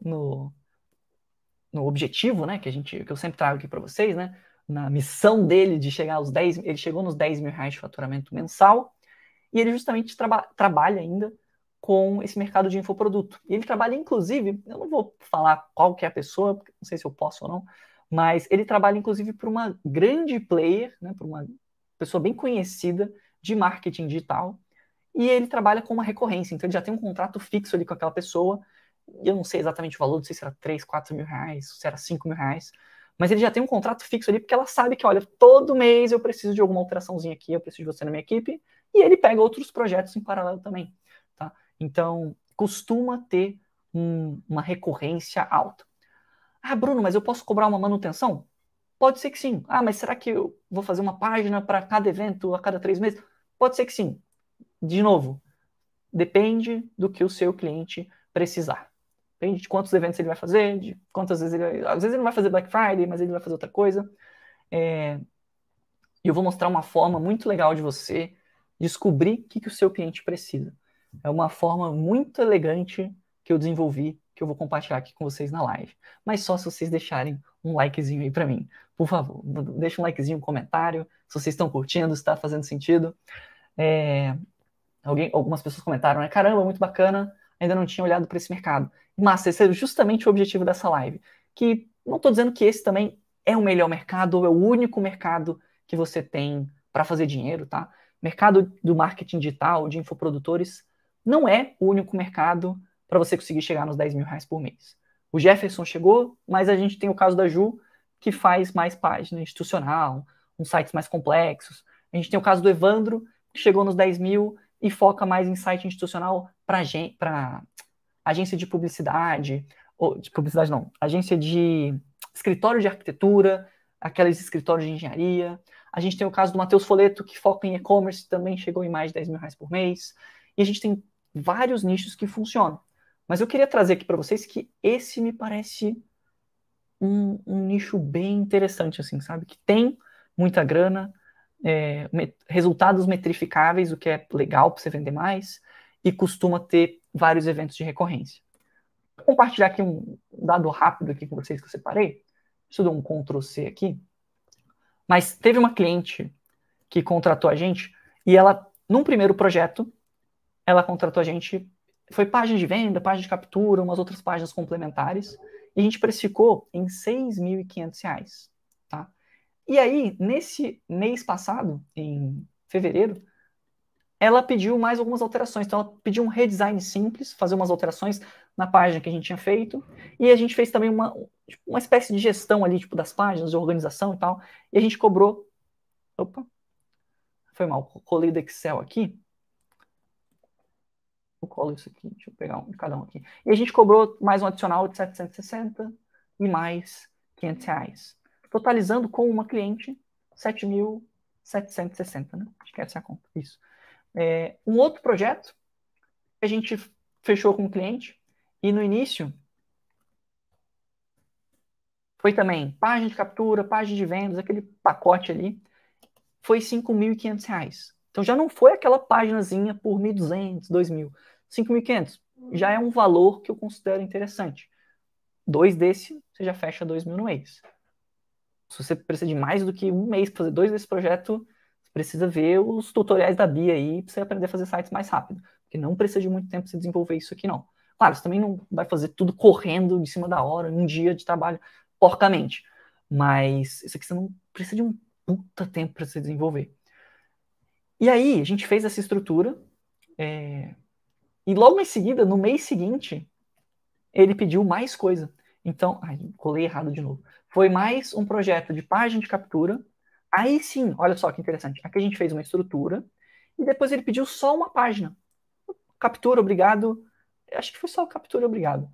no objetivo, né, que eu sempre trago aqui para vocês, né, na missão dele de chegar aos 10, ele chegou nos 10 mil reais de faturamento mensal, e ele justamente trabalha ainda com esse mercado de infoproduto. E ele trabalha, inclusive, eu não vou falar qual que é a pessoa, porque não sei se eu posso ou não, mas ele trabalha, inclusive, para uma grande player, né, para uma pessoa bem conhecida de marketing digital, e ele trabalha com uma recorrência, então ele já tem um contrato fixo ali com aquela pessoa, e eu não sei exatamente o valor, não sei se era 3, 4 mil reais, se era 5 mil reais, mas ele já tem um contrato fixo ali, porque ela sabe que, olha, todo mês eu preciso de alguma alteraçãozinha aqui, eu preciso de você na minha equipe, e ele pega outros projetos em paralelo também, tá? Então, costuma ter uma recorrência alta. Ah, Bruno, mas eu posso cobrar uma manutenção? Pode ser que sim. Ah, mas será que eu vou fazer uma página para cada evento a cada 3 meses? Pode ser que sim. De novo, depende do que o seu cliente precisar. Depende de quantos eventos ele vai fazer, de quantas vezes ele vai... Às vezes ele não vai fazer Black Friday, mas ele vai fazer outra coisa. E eu vou mostrar uma forma muito legal de você descobrir o que o seu cliente precisa. É uma forma muito elegante que eu desenvolvi, que eu vou compartilhar aqui com vocês na live. Mas só se vocês deixarem um likezinho aí para mim. Por favor, deixa um likezinho, um comentário, se vocês estão curtindo, se está fazendo sentido. Algumas pessoas comentaram, né? Caramba, muito bacana, ainda não tinha olhado para esse mercado. Mas esse é justamente o objetivo dessa live. Que não estou dizendo que esse também é o melhor mercado ou é o único mercado que você tem para fazer dinheiro, tá? Mercado do marketing digital, de infoprodutores, não é o único mercado para você conseguir chegar nos 10 mil reais por mês. O Jefferson chegou, mas a gente tem o caso da Ju, que faz mais página institucional, uns sites mais complexos. A gente tem o caso do Evandro, que chegou nos 10 mil e foca mais em site institucional para agência de publicidade, ou de publicidade não, agência de escritório de arquitetura, aqueles escritórios de engenharia. A gente tem o caso do Matheus Foleto, que foca em e-commerce, também chegou em mais de 10 mil reais por mês. E a gente tem vários nichos que funcionam. Mas eu queria trazer aqui para vocês que esse me parece um nicho bem interessante, assim, sabe? Que tem muita grana, resultados metrificáveis, o que é legal para você vender mais, e costuma ter vários eventos de recorrência. Vou compartilhar aqui um dado rápido aqui com vocês que eu separei. Deixa eu dar um Ctrl C aqui. Mas teve uma cliente que contratou a gente e ela, num primeiro projeto, ela contratou a gente, foi página de venda, página de captura, umas outras páginas complementares, e a gente precificou em R$ 6.500, tá? E aí, nesse mês passado, em fevereiro, ela pediu mais algumas alterações. Então, ela pediu um redesign simples, fazer umas alterações na página que a gente tinha feito. E a gente fez também uma espécie de gestão ali, tipo, das páginas, de organização e tal. E a gente cobrou... Opa, foi mal, colei do Excel aqui. Eu colo isso aqui, deixa eu pegar um de cada um aqui. E a gente cobrou mais um adicional de 760 e mais R$ 500. Totalizando com uma cliente, 7.760, né? Acho que essa é a conta, isso. Um outro projeto que a gente fechou com o cliente e no início foi também página de captura, página de vendas, aquele pacote ali, foi R$ 5.500. Então já não foi aquela paginazinha por 1.200, 2.000. 5.500 já é um valor que eu considero interessante. 2 desse, você já fecha 2.000 no mês. Se você precisa de mais do que um mês para fazer 2 desse projeto, você precisa ver os tutoriais da Bia aí para você aprender a fazer sites mais rápido. Porque não precisa de muito tempo para você desenvolver isso aqui, não. Claro, você também não vai fazer tudo correndo em cima da hora, um dia de trabalho, porcamente. Mas isso aqui você não precisa de um puta tempo para se desenvolver. E aí, a gente fez essa estrutura, e logo em seguida, no mês seguinte, ele pediu mais coisa. Então, colei errado de novo. Foi mais um projeto de página de captura. Aí sim, olha só que interessante. Aqui a gente fez uma estrutura, e depois ele pediu só uma página. Captura, obrigado. Acho que foi só captura, obrigado.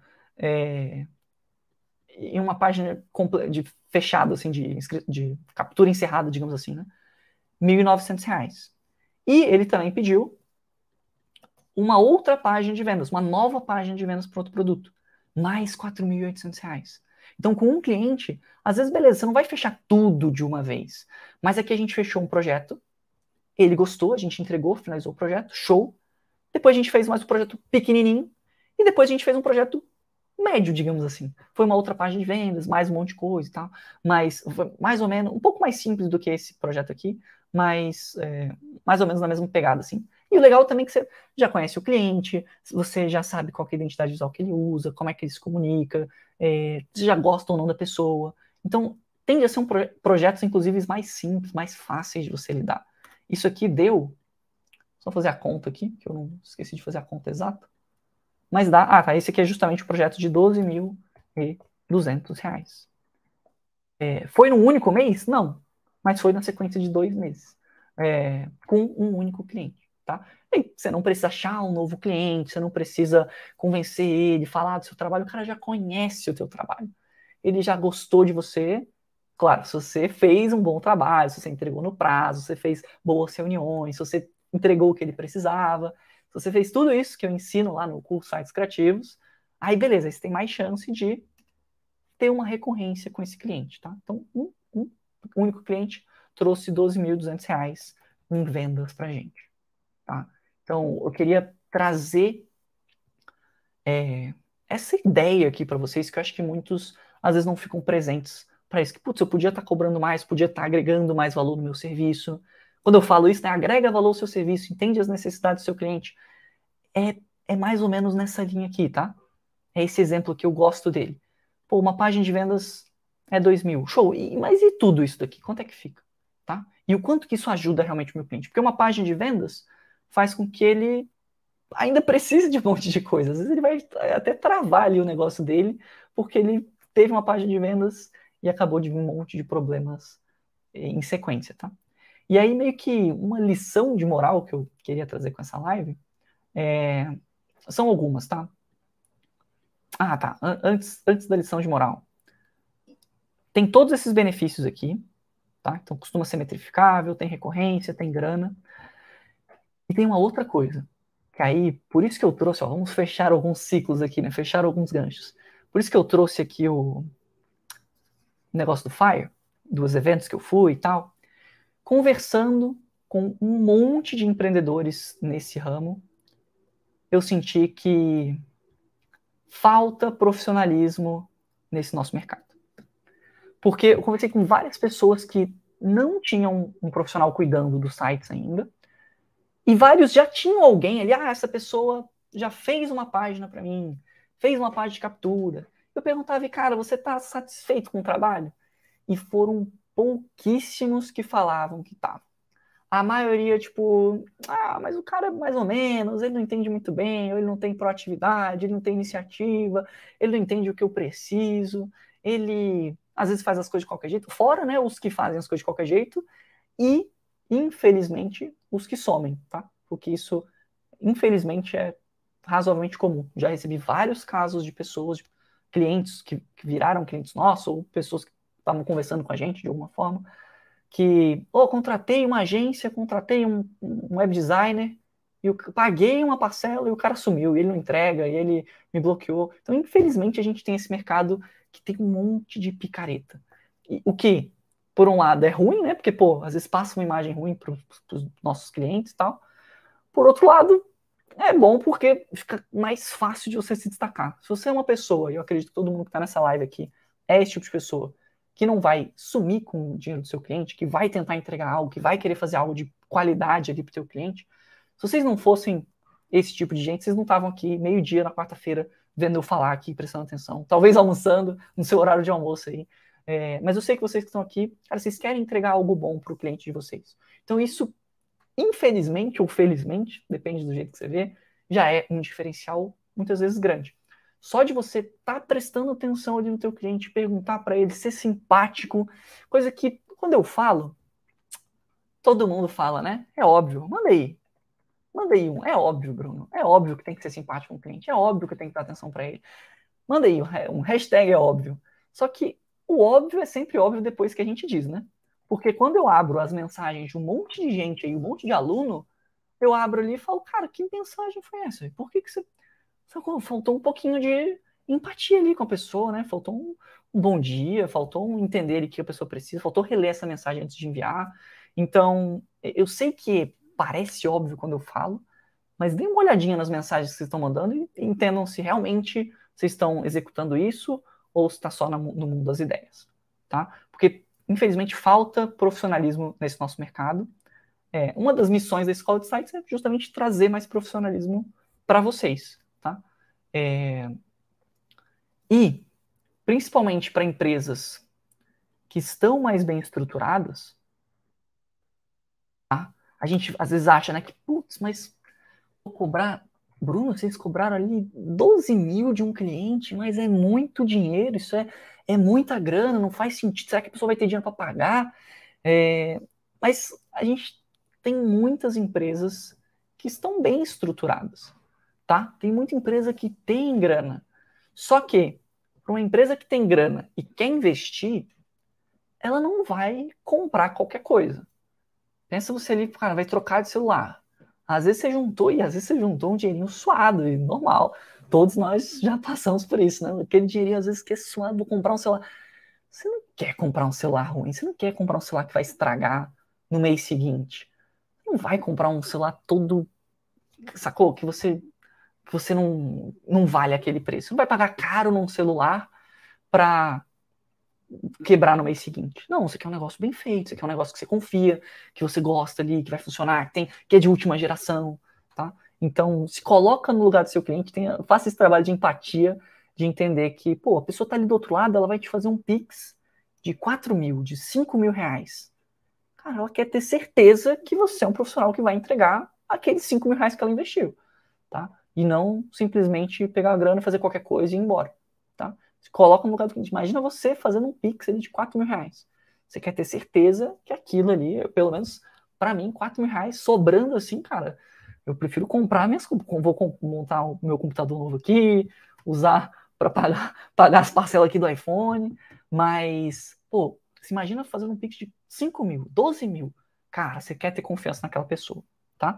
E uma página de fechada, assim, de captura encerrada, digamos assim, né? R$ 1.900. E ele também pediu uma outra página de vendas, uma nova página de vendas para outro produto, mais R$ 4.800. Então, com um cliente, às vezes, beleza, você não vai fechar tudo de uma vez, mas aqui a gente fechou um projeto, ele gostou, a gente entregou, finalizou o projeto, show. Depois a gente fez mais um projeto pequenininho, e depois a gente fez um projeto médio, digamos assim. Foi uma outra página de vendas, mais um monte de coisa e tal, mas mais ou menos, um pouco mais simples do que esse projeto aqui, mas mais ou menos na mesma pegada, assim. E o legal também é que você já conhece o cliente, você já sabe qual é a identidade visual que ele usa, como é que ele se comunica, você já gosta ou não da pessoa. Então, tende a ser projetos, inclusive, mais simples, mais fáceis de você lidar. Isso aqui deu, só fazer a conta aqui, que eu não esqueci de fazer a conta exata, mas dá, tá, esse aqui é justamente o projeto de R$ 12.200. Foi num único mês? Não, mas foi na sequência de 2 meses, com um único cliente, tá? E você não precisa achar um novo cliente, você não precisa convencer ele, falar do seu trabalho, o cara já conhece o teu trabalho, ele já gostou de você. Claro, se você fez um bom trabalho, se você entregou no prazo, se você fez boas reuniões, se você entregou o que ele precisava, se você fez tudo isso que eu ensino lá no curso Sites Criativos, aí beleza, aí você tem mais chance de ter uma recorrência com esse cliente, tá? Então, um único cliente trouxe R$ 12.200 em vendas pra gente, tá? Então, eu queria trazer essa ideia aqui para vocês, que eu acho que muitos, às vezes, não ficam presentes para isso. Que, putz, eu podia estar cobrando mais, podia estar agregando mais valor no meu serviço. Quando eu falo isso, né, agrega valor ao seu serviço, entende as necessidades do seu cliente. É mais ou menos nessa linha aqui, tá? É esse exemplo que eu gosto dele. Pô, uma página de vendas é 2.000. Show. Mas e tudo isso daqui? Quanto é que fica? Tá? E o quanto que isso ajuda realmente o meu cliente? Porque uma página de vendas faz com que ele ainda precise de um monte de coisa. Às vezes ele vai até travar ali o negócio dele, porque ele teve uma página de vendas e acabou de vir um monte de problemas em sequência, tá? E aí, meio que uma lição de moral que eu queria trazer com essa live são algumas, tá? Tá. Antes da lição de moral. Tem todos esses benefícios aqui, tá? Então costuma ser metrificável, tem recorrência, tem grana. E tem uma outra coisa, que aí, por isso que eu trouxe, vamos fechar alguns ciclos aqui, né? Fechar alguns ganchos. Por isso que eu trouxe aqui o negócio do Fire, dos eventos que eu fui e tal, conversando com um monte de empreendedores nesse ramo, eu senti que falta profissionalismo nesse nosso mercado. Porque eu conversei com várias pessoas que não tinham um profissional cuidando dos sites ainda, e vários já tinham alguém ali, essa pessoa já fez uma página para mim, fez uma página de captura. Eu perguntava, cara, você está satisfeito com o trabalho? E foram pouquíssimos que falavam que estavam. A maioria, tipo, mas o cara é mais ou menos, ele não entende muito bem, ou ele não tem proatividade, ele não tem iniciativa, ele não entende o que eu preciso, ele às vezes faz as coisas de qualquer jeito, fora, né, os que fazem as coisas de qualquer jeito, e, infelizmente, os que somem, tá? Porque isso, infelizmente, é razoavelmente comum. Já recebi vários casos de pessoas, de clientes que viraram clientes nossos, ou pessoas que estavam conversando com a gente de alguma forma, que, contratei uma agência, contratei um web designer, e eu paguei uma parcela e o cara sumiu, e ele não entrega, e ele me bloqueou. Então, infelizmente, a gente tem esse mercado que tem um monte de picareta. O que, por um lado, é ruim, né? Porque, às vezes passa uma imagem ruim para os nossos clientes e tal. Por outro lado, é bom porque fica mais fácil de você se destacar. Se você é uma pessoa, e eu acredito que todo mundo que está nessa live aqui é esse tipo de pessoa, que não vai sumir com o dinheiro do seu cliente, que vai tentar entregar algo, que vai querer fazer algo de qualidade ali para o seu cliente, se vocês não fossem esse tipo de gente, vocês não estavam aqui meio-dia na quarta-feira vendo eu falar aqui, prestando atenção. Talvez almoçando no seu horário de almoço aí. Mas eu sei que vocês que estão aqui, cara, vocês querem entregar algo bom para o cliente de vocês. Então isso, infelizmente ou felizmente, depende do jeito que você vê, já é um diferencial muitas vezes grande. Só de você estar prestando atenção ali no teu cliente, perguntar para ele, ser simpático, coisa que quando eu falo, todo mundo fala, né? É óbvio, manda aí um. É óbvio, Bruno. É óbvio que tem que ser simpático com o cliente. É óbvio que tem que dar atenção para ele. Manda aí um hashtag é óbvio. Só que o óbvio é sempre óbvio depois que a gente diz, né? Porque quando eu abro as mensagens de um monte de gente aí, um monte de aluno, eu abro ali e falo, cara, que mensagem foi essa? Por que você... Faltou um pouquinho de empatia ali com a pessoa, né? Faltou um bom dia, faltou entender o que a pessoa precisa, faltou reler essa mensagem antes de enviar. Então, eu sei que parece óbvio quando eu falo, mas dê uma olhadinha nas mensagens que vocês estão mandando e entendam se realmente vocês estão executando isso ou se está só no mundo das ideias, tá? Porque, infelizmente, falta profissionalismo nesse nosso mercado. Uma das missões da Escola de Sites é justamente trazer mais profissionalismo para vocês, tá? E, principalmente para empresas que estão mais bem estruturadas, tá? A gente às vezes acha, né, que, putz, mas vou cobrar... Bruno, vocês cobraram ali 12 mil de um cliente, mas é muito dinheiro, isso é muita grana, não faz sentido. Será que a pessoa vai ter dinheiro para pagar? Mas a gente tem muitas empresas que estão bem estruturadas, tá? Tem muita empresa que tem grana. Só que, para uma empresa que tem grana e quer investir, ela não vai comprar qualquer coisa. Pensa você ali, cara, vai trocar de celular. Às vezes você juntou um dinheirinho suado, e normal. Todos nós já passamos por isso, né? Aquele dinheirinho às vezes que é suado, vou comprar um celular. Você não quer comprar um celular ruim, você não quer comprar um celular que vai estragar no mês seguinte. Você não vai comprar um celular todo, sacou? Que você não vale aquele preço. Você não vai pagar caro num celular pra quebrar no mês seguinte. Não, você quer um negócio bem feito, você quer um negócio que você confia, que você gosta ali, que vai funcionar, que é de última geração, tá? Então, se coloca no lugar do seu cliente, faça esse trabalho de empatia, de entender que, pô, a pessoa tá ali do outro lado, ela vai te fazer um Pix de 4 mil, de 5 mil reais. Cara, ela quer ter certeza que você é um profissional que vai entregar aqueles 5 mil reais que ela investiu, tá? E não simplesmente pegar a grana, fazer qualquer coisa e ir embora, tá? Se coloca no lugar do cliente. Imagina você fazendo um Pix ali de 4 mil reais. Você quer ter certeza que aquilo ali, pelo menos para mim, 4 mil reais sobrando assim, cara, eu prefiro comprar vou montar o meu computador novo aqui, usar para pagar as parcelas aqui do iPhone, mas, pô, se imagina fazendo um Pix de 5 mil, 12 mil. Cara, você quer ter confiança naquela pessoa, tá?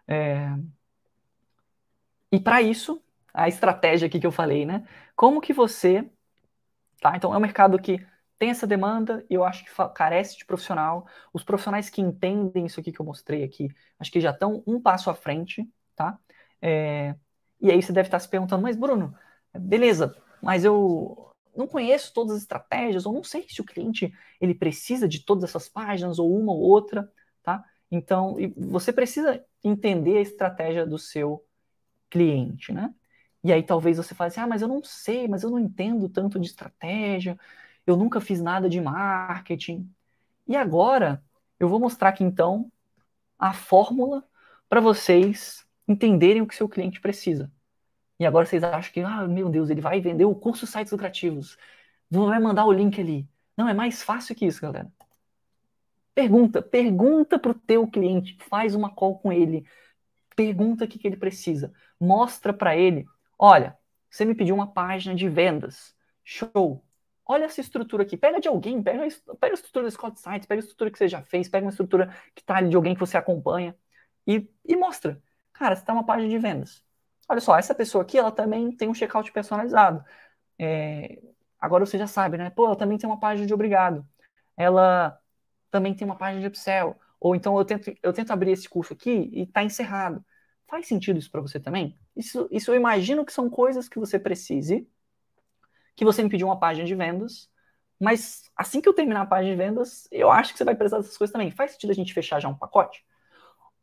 E para isso, a estratégia aqui que eu falei, né? Como que você... Tá? Então, é um mercado que tem essa demanda e eu acho que carece de profissional. Os profissionais que entendem isso aqui que eu mostrei aqui, acho que já estão um passo à frente, tá? E aí você deve estar se perguntando, mas Bruno, beleza, mas eu não conheço todas as estratégias, ou não sei se o cliente ele precisa de todas essas páginas, ou uma ou outra, tá? Então, você precisa entender a estratégia do seu cliente, né? E aí talvez você fale assim, mas eu não sei, mas eu não entendo tanto de estratégia, eu nunca fiz nada de marketing. E agora eu vou mostrar aqui então a fórmula para vocês entenderem o que seu cliente precisa. E agora vocês acham que, meu Deus, ele vai vender o curso Sites Lucrativos, vai mandar o link ali. Não, é mais fácil que isso, galera. Pergunta pro teu cliente, faz uma call com ele, pergunta o que ele precisa, mostra para ele, olha, você me pediu uma página de vendas, show, olha essa estrutura aqui, pega de alguém, pega a estrutura do Scott Sites, pega a estrutura que você já fez, pega uma estrutura que está ali de alguém que você acompanha e mostra, cara, você tá uma página de vendas, olha só, essa pessoa aqui, ela também tem um checkout personalizado, agora você já sabe, né, pô, ela também tem uma página de obrigado, ela também tem uma página de upsell, ou então eu tento abrir esse curso aqui e está encerrado. Faz sentido isso para você também? Isso eu imagino que são coisas que você precise, que você me pediu uma página de vendas, mas assim que eu terminar a página de vendas, eu acho que você vai precisar dessas coisas também. Faz sentido a gente fechar já um pacote?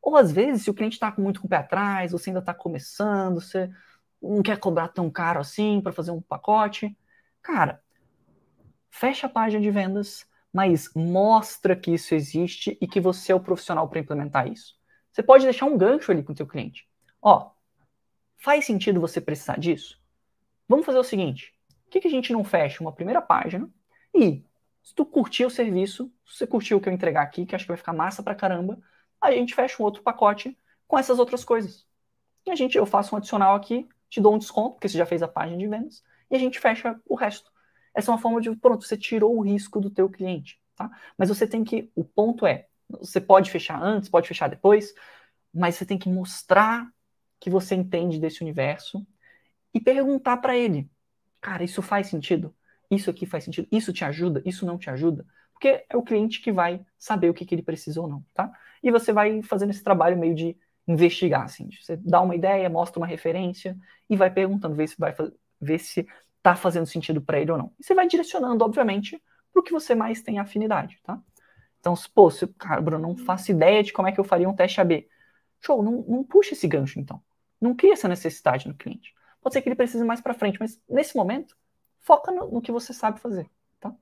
Ou às vezes, se o cliente está muito com o pé atrás, você ainda está começando, você não quer cobrar tão caro assim para fazer um pacote, cara, fecha a página de vendas, mas mostra que isso existe e que você é o profissional para implementar isso. Você pode deixar um gancho ali com o teu cliente. Ó, faz sentido você precisar disso? Vamos fazer o seguinte, por que a gente não fecha uma primeira página e se tu curtir o serviço, se você curtiu o que eu entregar aqui, que acho que vai ficar massa pra caramba, a gente fecha um outro pacote com essas outras coisas. E eu faço um adicional aqui, te dou um desconto, porque você já fez a página de vendas, e a gente fecha o resto. Essa é uma forma de, pronto, você tirou o risco do teu cliente, tá? Mas você tem que, o ponto é, você pode fechar antes, pode fechar depois, mas você tem que mostrar que você entende desse universo e perguntar para ele, cara, isso faz sentido? Isso aqui faz sentido? Isso te ajuda? Isso não te ajuda? Porque é o cliente que vai saber o que ele precisa ou não, tá? E você vai fazendo esse trabalho meio de investigar, assim. Você dá uma ideia, mostra uma referência e vai perguntando, ver se tá fazendo sentido para ele ou não. E você vai direcionando, obviamente, para o que você mais tem afinidade, tá? Então, pô, se, cara, Bruno, não faço ideia de como é que eu faria um teste AB. Show, não puxa esse gancho, então. Não cria essa necessidade no cliente. Pode ser que ele precise mais para frente, mas nesse momento, foca no que você sabe fazer, tá?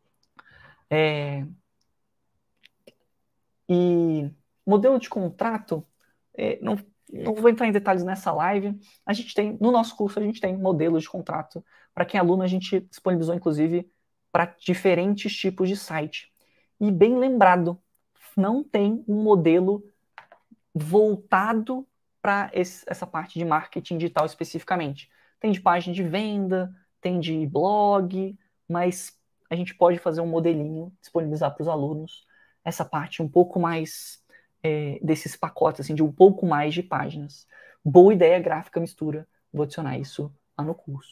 E modelo de contrato, não vou entrar em detalhes nessa live. A gente tem, no nosso curso, a gente tem modelos de contrato. Para quem é aluno, a gente disponibilizou, inclusive, para diferentes tipos de site. E bem lembrado, não tem um modelo voltado para essa parte de marketing digital especificamente. Tem de página de venda, tem de blog, mas a gente pode fazer um modelinho, disponibilizar para os alunos essa parte um pouco mais desses pacotes, assim, de um pouco mais de páginas. Boa ideia, gráfica mistura. Vou adicionar isso lá no curso.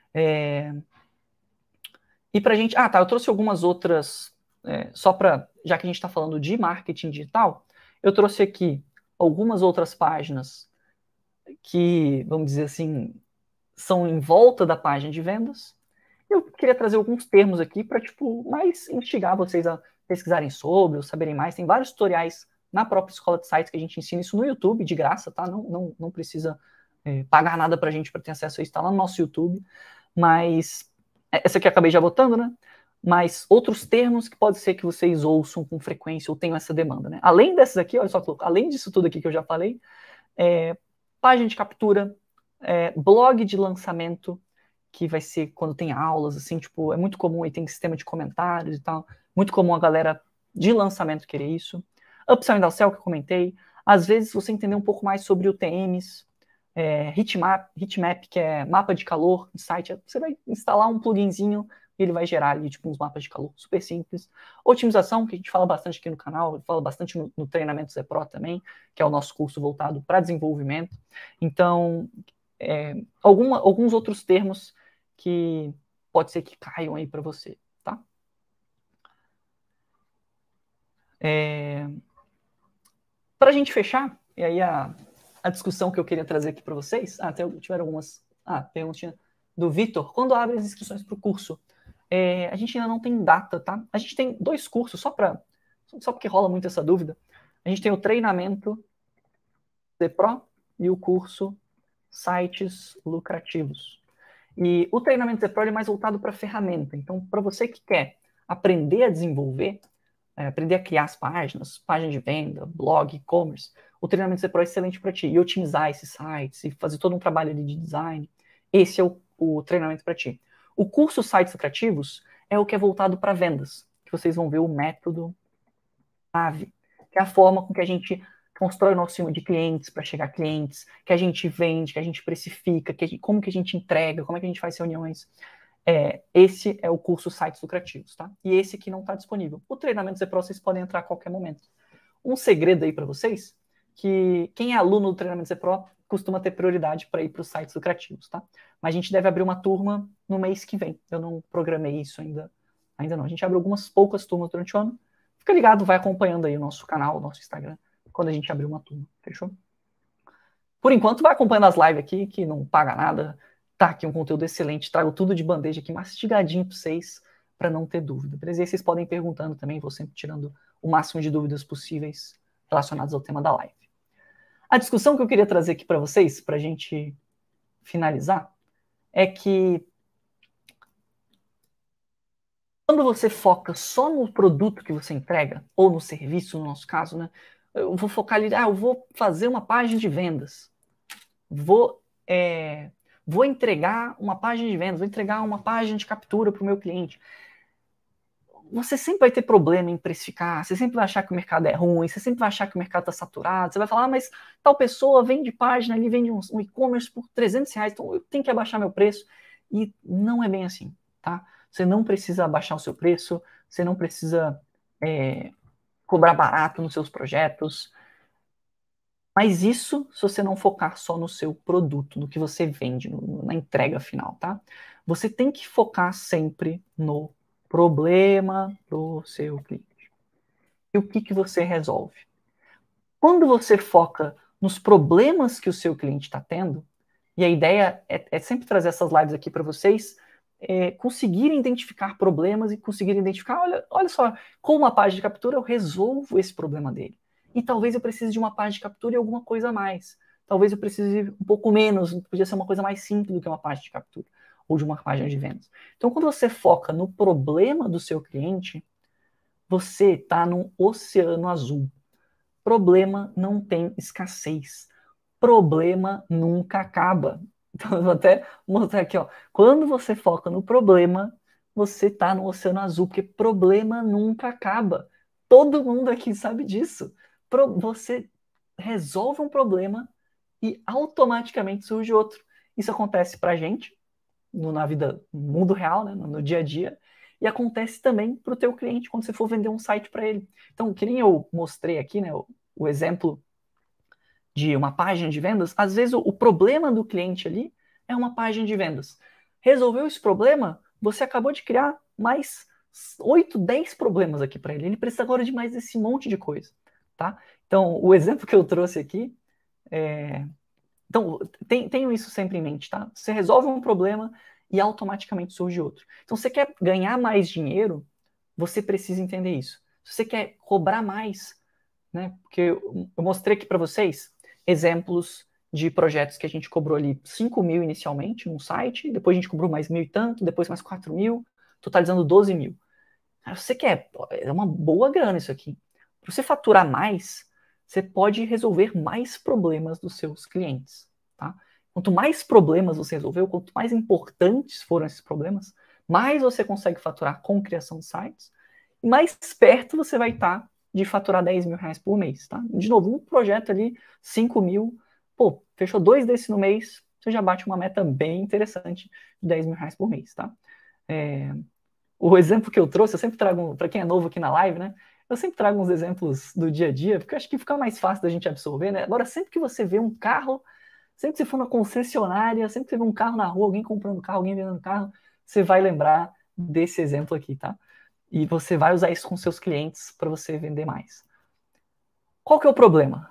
E para a gente... Ah, tá, eu trouxe algumas outras, só para... Já que a gente está falando de marketing digital, eu trouxe aqui algumas outras páginas que, vamos dizer assim, são em volta da página de vendas. Eu queria trazer alguns termos aqui para, tipo, mais instigar vocês a pesquisarem sobre, ou saberem mais. Tem vários tutoriais na própria Escola de Sites que a gente ensina isso no YouTube, de graça, tá? Não precisa pagar nada para a gente para ter acesso a isso, tá lá no nosso YouTube. Mas, essa aqui eu acabei já botando, né? Mas outros termos que pode ser que vocês ouçam com frequência ou tenham essa demanda, né? Além dessas aqui, olha só, além disso tudo aqui que eu já falei, página de captura, blog de lançamento, que vai ser quando tem aulas, assim, tipo, é muito comum, aí tem sistema de comentários e tal, muito comum a galera de lançamento querer isso. Upsell e downsell, que eu comentei. Às vezes, você entender um pouco mais sobre UTMs, Heatmap, que é mapa de calor de site, você vai instalar um pluginzinho e ele vai gerar ali, tipo, uns mapas de calor super simples. Otimização, que a gente fala bastante aqui no canal, fala bastante no treinamento Zé Pro também, que é o nosso curso voltado para desenvolvimento. Então, alguns outros termos que pode ser que caiam aí para você, tá? Para a gente fechar, e aí a discussão que eu queria trazer aqui para vocês, tiveram algumas perguntas do Vitor, quando abre as inscrições para o curso? A gente ainda não tem data, tá? A gente tem 2 cursos, só porque rola muito essa dúvida. A gente tem o treinamento Z Pro e o curso Sites Lucrativos. E o treinamento Z Pro é mais voltado para ferramenta. Então, para você que quer aprender a desenvolver, aprender a criar as páginas, página de venda, blog, e-commerce, o treinamento Z Pro é excelente para ti. E otimizar esses sites, e fazer todo um trabalho ali de design. Esse é o treinamento para ti. O curso Sites Lucrativos é o que é voltado para vendas, que vocês vão ver o método AVE, que é a forma com que a gente constrói o nosso ciclo de clientes para chegar a clientes, que a gente vende, que a gente precifica, como que a gente entrega, como é que a gente faz reuniões. Esse é o curso Sites Lucrativos, tá? E esse aqui não está disponível. O treinamento Z Pro vocês podem entrar a qualquer momento. Um segredo aí para vocês, que quem é aluno do treinamento Z Pro costuma ter prioridade para ir para os sites lucrativos, tá? Mas a gente deve abrir uma turma no mês que vem. Eu não programei isso ainda não. A gente abre algumas poucas turmas durante o ano. Fica ligado, vai acompanhando aí o nosso canal, o nosso Instagram, quando a gente abrir uma turma, fechou? Por enquanto, vai acompanhando as lives aqui, que não paga nada. Tá aqui um conteúdo excelente, trago tudo de bandeja aqui, mastigadinho para vocês, para não ter dúvida, beleza? E aí vocês podem ir perguntando também, vou sempre tirando o máximo de dúvidas possíveis relacionadas ao tema da live. A discussão que eu queria trazer aqui para vocês, para a gente finalizar, é que quando você foca só no produto que você entrega, ou no serviço, no nosso caso, né? Eu vou focar ali, eu vou fazer uma página de vendas, vou, vou entregar uma página de vendas, vou entregar uma página de captura para o meu cliente. Você sempre vai ter problema em precificar, você sempre vai achar que o mercado é ruim, você sempre vai achar que o mercado está saturado, você vai falar, mas tal pessoa vende página, ele vende um e-commerce por R$ 300, então eu tenho que abaixar meu preço. E não é bem assim, tá? Você não precisa abaixar o seu preço, você não precisa cobrar barato nos seus projetos, mas isso se você não focar só no seu produto, no que você vende, na entrega final, tá? Você tem que focar sempre no problema do seu cliente. E o que você resolve? Quando você foca nos problemas que o seu cliente está tendo, e a ideia é sempre trazer essas lives aqui para vocês, conseguirem identificar problemas e conseguirem identificar, olha só, com uma página de captura eu resolvo esse problema dele. E talvez eu precise de uma página de captura e alguma coisa a mais. Talvez eu precise um pouco menos, podia ser uma coisa mais simples do que uma página de captura ou de uma página de vendas. Então, quando você foca no problema do seu cliente, você está num oceano azul. Problema não tem escassez. Problema nunca acaba. Então, eu vou até mostrar aqui, ó. Quando você foca no problema, você está no oceano azul, porque problema nunca acaba. Todo mundo aqui sabe disso. Você resolve um problema e automaticamente surge outro. Isso acontece pra gente, na vida, no mundo real, né, no dia a dia, e acontece também para o teu cliente quando você for vender um site para ele. Então, que nem eu mostrei aqui, né, o exemplo de uma página de vendas, às vezes o problema do cliente ali é uma página de vendas. Resolveu esse problema, você acabou de criar mais 8, 10 problemas aqui para ele. Ele precisa agora de mais esse monte de coisa, tá? Então, o exemplo que eu trouxe aqui Então, tenham isso sempre em mente, tá? Você resolve um problema e automaticamente surge outro. Então, se você quer ganhar mais dinheiro, você precisa entender isso. Se você quer cobrar mais, né? Porque eu mostrei aqui para vocês exemplos de projetos que a gente cobrou ali 5 mil inicialmente num site, depois a gente cobrou mais 1.000 e tanto, depois mais 4 mil, totalizando 12 mil. Você quer, é uma boa grana isso aqui. Para você faturar mais, você pode resolver mais problemas dos seus clientes, tá? Quanto mais problemas você resolveu, quanto mais importantes foram esses problemas, mais você consegue faturar com criação de sites, e mais perto você vai estar de faturar R$ 10.000 por mês, tá? De novo, um projeto ali, 5 mil, pô, fechou 2 desses no mês, você já bate uma meta bem interessante de R$ 10.000 por mês, tá? O exemplo que eu trouxe, eu sempre trago, para quem é novo aqui na live, né? Eu sempre trago uns exemplos do dia a dia, porque eu acho que fica mais fácil da gente absorver, né? Agora, sempre que você vê um carro, sempre que você for na concessionária, sempre que você vê um carro na rua, alguém comprando carro, alguém vendendo carro, você vai lembrar desse exemplo aqui, tá? E você vai usar isso com seus clientes para você vender mais. Qual que é o problema?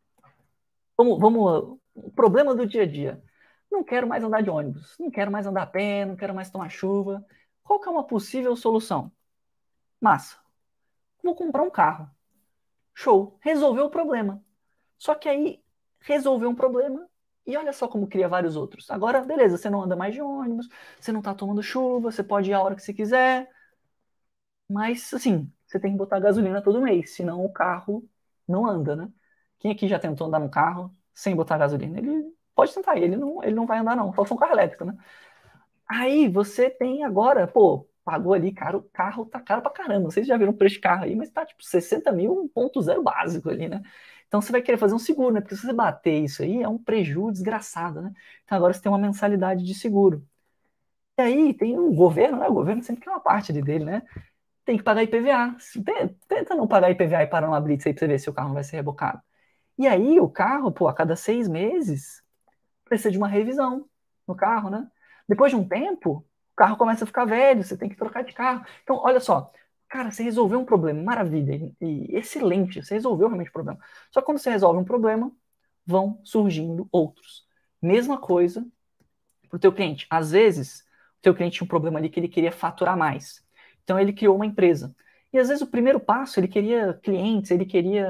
O problema do dia a dia. Não quero mais andar de ônibus, não quero mais andar a pé, não quero mais tomar chuva. Qual que é uma possível solução? Massa. Vou comprar um carro. Show. Resolveu o problema. Só que aí, resolveu um problema e olha só como cria vários outros. Agora, beleza, você não anda mais de ônibus, você não tá tomando chuva, você pode ir a hora que você quiser, mas, assim, você tem que botar gasolina todo mês, senão o carro não anda, né? Quem aqui já tentou andar no carro sem botar gasolina? Ele pode tentar, ele não vai andar não, só for um carro elétrico, né? Aí você tem agora, pô, pagou ali, caro, carro tá caro pra caramba. Não sei se já viram o preço de carro aí, mas tá tipo 60 mil, 1.0 básico ali, né? Então você vai querer fazer um seguro, né? Porque se você bater isso aí, é um prejuízo desgraçado, né? Então agora você tem uma mensalidade de seguro. E aí tem o governo, né? O governo sempre quer uma parte dele, né? Tem que pagar IPVA. Tenta não pagar IPVA e parar uma blitz aí pra você ver se o carro não vai ser rebocado. E aí o carro, pô, a cada 6 meses, precisa de uma revisão no carro, né? Depois de um tempo, o carro começa a ficar velho, você tem que trocar de carro. Então, olha só, cara, você resolveu um problema, maravilha, e excelente, você resolveu realmente o problema. Só que quando você resolve um problema, vão surgindo outros. Mesma coisa para o teu cliente. Às vezes, o teu cliente tinha um problema ali que ele queria faturar mais. Então, ele criou uma empresa. E às vezes o primeiro passo, ele queria clientes, ele queria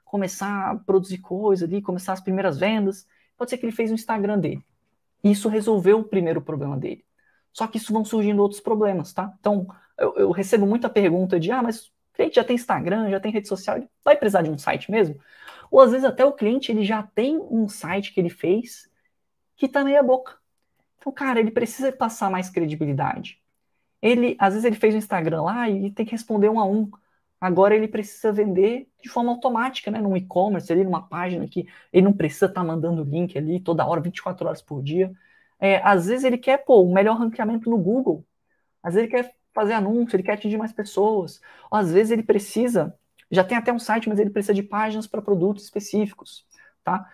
começar a produzir coisa ali, começar as primeiras vendas. Pode ser que ele fez o Instagram dele. Isso resolveu o primeiro problema dele. Só que isso vão surgindo outros problemas, tá? Então, eu recebo muita pergunta de, mas o cliente já tem Instagram, já tem rede social, ele vai precisar de um site mesmo? Ou às vezes até o cliente ele já tem um site que ele fez que tá meia boca. Então, cara, ele precisa passar mais credibilidade. Às vezes ele fez o Instagram lá e tem que responder um a um. Agora ele precisa vender de forma automática, né? Num e-commerce, ali numa página que ele não precisa estar mandando link ali toda hora, 24 horas por dia. Às vezes ele quer, um melhor ranqueamento no Google. Às vezes ele quer fazer anúncio, ele quer atingir mais pessoas. Ou às vezes ele precisa, já tem até um site, mas ele precisa de páginas para produtos específicos, tá?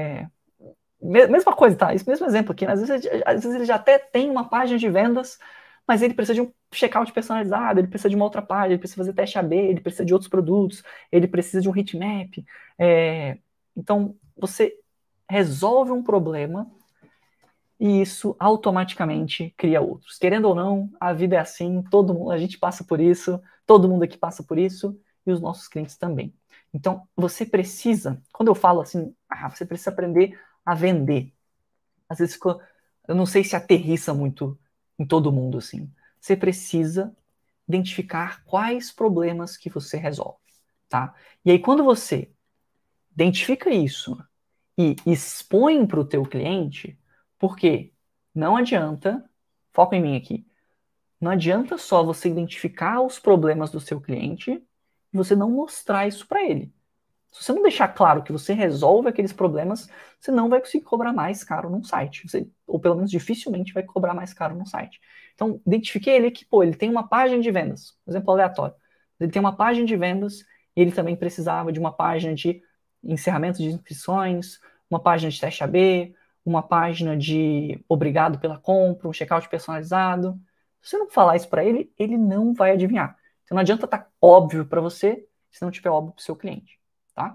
Mesma coisa, tá? Esse mesmo exemplo aqui, né? Às vezes ele já até tem uma página de vendas, mas ele precisa de um checkout personalizado, ele precisa de uma outra página, ele precisa fazer teste AB, ele precisa de outros produtos, ele precisa de um heatmap. Então, você resolve um problema e isso automaticamente cria outros. Querendo ou não, a vida é assim, todo mundo, a gente passa por isso, todo mundo aqui passa por isso, e os nossos clientes também. Então, você precisa, quando eu falo assim, você precisa aprender a vender. Às vezes eu não sei se aterrissa muito em todo mundo assim. Você precisa identificar quais problemas que você resolve, tá? E aí quando você identifica isso e expõe para o teu cliente, porque não adianta, foca em mim aqui, não adianta só você identificar os problemas do seu cliente e você não mostrar isso para ele. Se você não deixar claro que você resolve aqueles problemas, você não vai conseguir cobrar mais caro num site. Ou pelo menos dificilmente vai cobrar mais caro num site. Então, identifiquei ele que, ele tem uma página de vendas. Exemplo aleatório. Ele tem uma página de vendas e ele também precisava de uma página de encerramento de inscrições, uma página de teste AB, uma página de obrigado pela compra, um checkout personalizado. Se você não falar isso para ele, ele não vai adivinhar. Então, não adianta estar óbvio para você se não tiver óbvio para o seu cliente. Tá?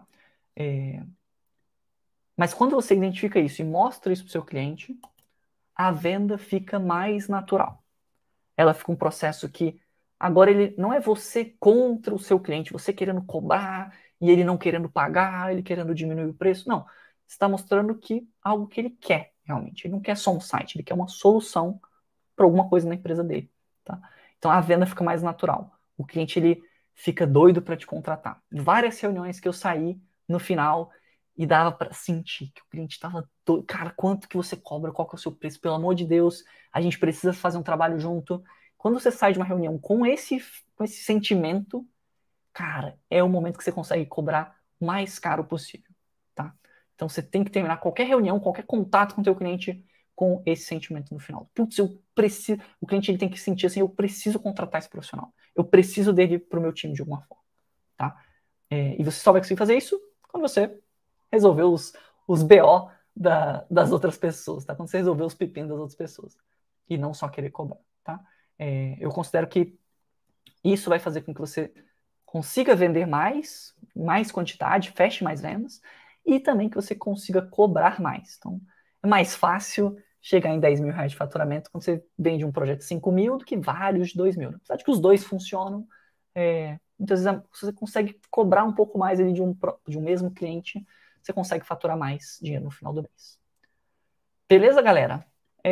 Mas quando você identifica isso e mostra isso para o seu cliente, a venda fica mais natural. Ela fica um processo que agora ele não é você contra o seu cliente, você querendo cobrar e ele não querendo pagar, ele querendo diminuir o preço. Não. Você está mostrando que algo que ele quer realmente. Ele não quer só um site, ele quer uma solução para alguma coisa na empresa dele. Tá? Então a venda fica mais natural. O cliente ele fica doido para te contratar. Várias reuniões que eu saí no final e dava para sentir que o cliente estava doido. Cara, quanto que você cobra? Qual que é o seu preço? Pelo amor de Deus, a gente precisa fazer um trabalho junto. Quando você sai de uma reunião com esse sentimento, cara, é o momento que você consegue cobrar o mais caro possível, tá? Então você tem que terminar qualquer reunião, qualquer contato com o teu cliente com esse sentimento no final. Putz, eu preciso. O cliente ele tem que sentir assim, eu preciso contratar esse profissional. Eu preciso dele para o meu time de alguma forma, tá? E você só vai conseguir fazer isso quando você resolver os BO das outras pessoas, tá? Quando você resolver os pepinos das outras pessoas. E não só querer cobrar, tá? Eu considero que isso vai fazer com que você consiga vender mais quantidade, feche mais vendas, e também que você consiga cobrar mais. Então, é mais fácil chegar em 10 mil reais de faturamento quando você vende um projeto de 5 mil do que vários de 2 mil. Apesar de que os dois funcionam, muitas vezes você consegue cobrar um pouco mais ali de um mesmo cliente, você consegue faturar mais dinheiro no final do mês. Beleza, galera?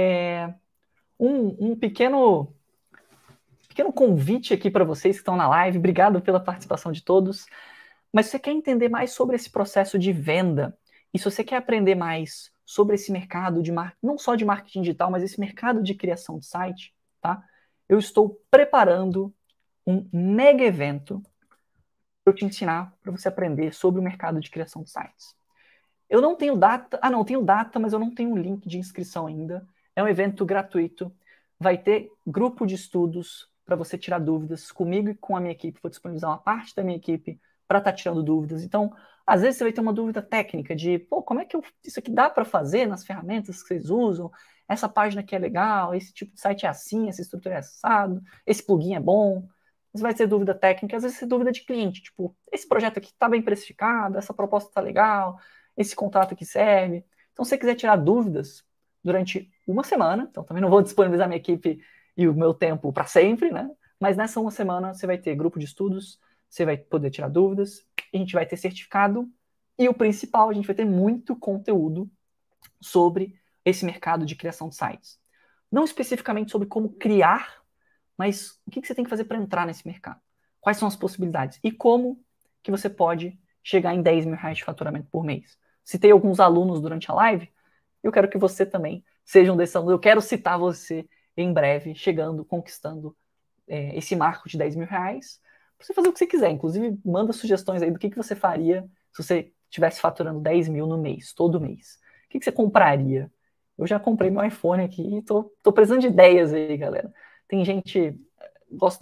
Um pequeno convite aqui para vocês que estão na live. Obrigado pela participação de todos. Mas se você quer entender mais sobre esse processo de venda, e se você quer aprender mais sobre esse mercado de não só de marketing digital, mas esse mercado de criação de site, tá? Eu estou preparando um mega evento para eu te ensinar, para você aprender sobre o mercado de criação de sites. Eu não tenho data, tenho data, mas eu não tenho um link de inscrição ainda. É um evento gratuito, vai ter grupo de estudos para você tirar dúvidas comigo e com a minha equipe. Vou disponibilizar uma parte da minha equipe para estar tirando dúvidas. Então, às vezes você vai ter uma dúvida técnica de, como é que isso aqui dá para fazer nas ferramentas que vocês usam? Essa página aqui é legal, esse tipo de site é assim, essa estrutura é assado, esse plugin é bom. Você vai ter dúvida técnica, às vezes você tem dúvida de cliente, tipo, esse projeto aqui está bem precificado, essa proposta está legal, esse contrato aqui serve. Então, se você quiser tirar dúvidas durante uma semana, então também não vou disponibilizar minha equipe e o meu tempo para sempre, né? Mas nessa uma semana você vai ter grupo de estudos, você vai poder tirar dúvidas a gente vai ter certificado e o principal, a gente vai ter muito conteúdo sobre esse mercado de criação de sites. Não especificamente sobre como criar, mas o que você tem que fazer para entrar nesse mercado. Quais são as possibilidades e como que você pode chegar em 10 mil reais de faturamento por mês. Citei alguns alunos durante a live, eu quero que você também seja um desses alunos. Eu quero citar você em breve, chegando, conquistando esse marco de 10 mil reais, para você fazer o que você quiser. Inclusive, manda sugestões aí do que você faria se você estivesse faturando 10 mil no mês, todo mês. O que você compraria? Eu já comprei meu iPhone aqui e tô precisando de ideias aí, galera. Tem gente, gosto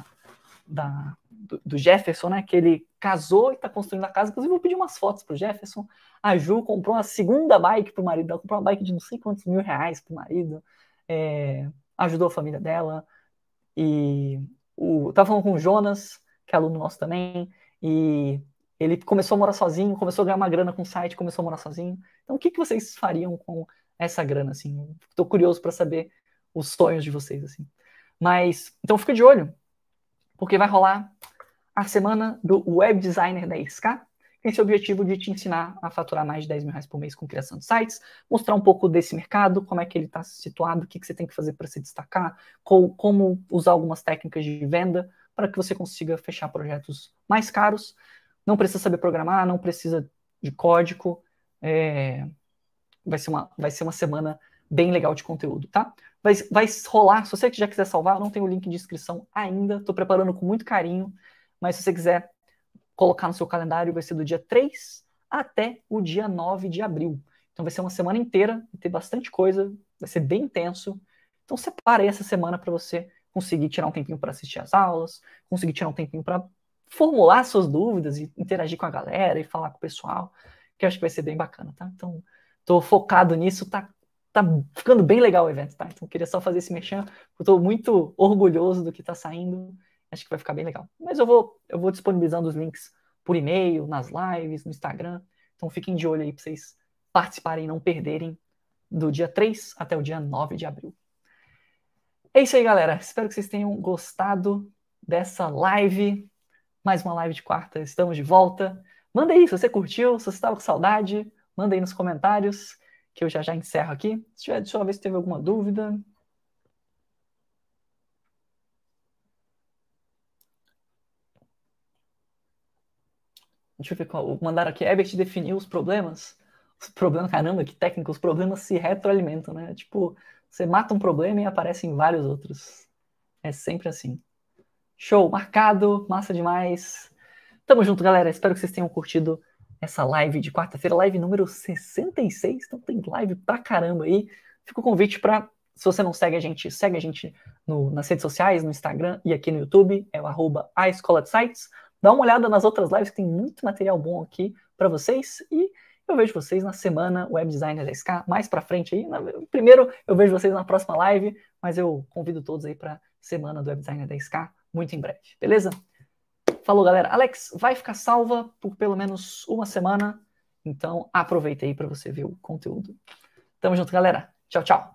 do Jefferson, né? Que ele casou e tá construindo a casa. Inclusive, eu vou pedir umas fotos pro Jefferson. A Ju comprou uma segunda bike pro marido. Ela comprou uma bike de não sei quantos mil reais pro marido. Ajudou a família dela. E tava falando com o Jonas, que é aluno nosso também, e ele começou a morar sozinho, começou a ganhar uma grana com o site, começou a morar sozinho. Então, o que vocês fariam com essa grana, assim? Tô curioso para saber os sonhos de vocês, assim. Mas, então fica de olho, porque vai rolar a semana do Web Designer da SK, com esse objetivo de te ensinar a faturar mais de 10 mil reais por mês com criação de sites, mostrar um pouco desse mercado, como é que ele está situado, o que você tem que fazer para se destacar, como usar algumas técnicas de venda para que você consiga fechar projetos mais caros. Não precisa saber programar, não precisa de código. Vai ser uma semana bem legal de conteúdo, tá? Vai rolar, se você já quiser salvar, eu não tenho o link de inscrição ainda, estou preparando com muito carinho, mas se você quiser colocar no seu calendário, vai ser do dia 3 até o dia 9 de abril. Então vai ser uma semana inteira, vai ter bastante coisa, vai ser bem intenso. Então separa aí essa semana para você conseguir tirar um tempinho para assistir às aulas, conseguir tirar um tempinho para formular suas dúvidas e interagir com a galera e falar com o pessoal, que eu acho que vai ser bem bacana, tá? Então, tô focado nisso, tá ficando bem legal o evento, tá? Então, queria só fazer esse merchan, eu tô muito orgulhoso do que tá saindo, acho que vai ficar bem legal. Mas eu vou disponibilizando os links por e-mail, nas lives, no Instagram, então fiquem de olho aí para vocês participarem e não perderem do dia 3 até o dia 9 de abril. É isso aí, galera. Espero que vocês tenham gostado dessa live. Mais uma live de quarta, estamos de volta. Manda aí se você curtiu, se você estava com saudade, manda aí nos comentários, que eu já encerro aqui. Deixa eu ver se teve alguma dúvida. Deixa eu ver qual. Mandaram aqui, Ebert definiu os problemas. Os problemas, caramba, que técnico, os problemas se retroalimentam, né? Tipo, você mata um problema e aparecem vários outros. É sempre assim. Show, marcado, massa demais. Tamo junto, galera. Espero que vocês tenham curtido essa live de quarta-feira, live número 66. Então tem live pra caramba aí. Fica o convite para, se você não segue a gente nas redes sociais, no Instagram e aqui no YouTube, é o @a Escola de Sites. Dá uma olhada nas outras lives, que tem muito material bom aqui para vocês. E eu vejo vocês na semana Web Designer da SK, mais para frente aí. Primeiro eu vejo vocês na próxima live, mas eu convido todos aí para semana do Web Designer da SK muito em breve, beleza? Falou, galera. Alex, vai ficar salva por pelo menos uma semana, então aproveita aí para você ver o conteúdo. Tamo junto, galera. Tchau, tchau.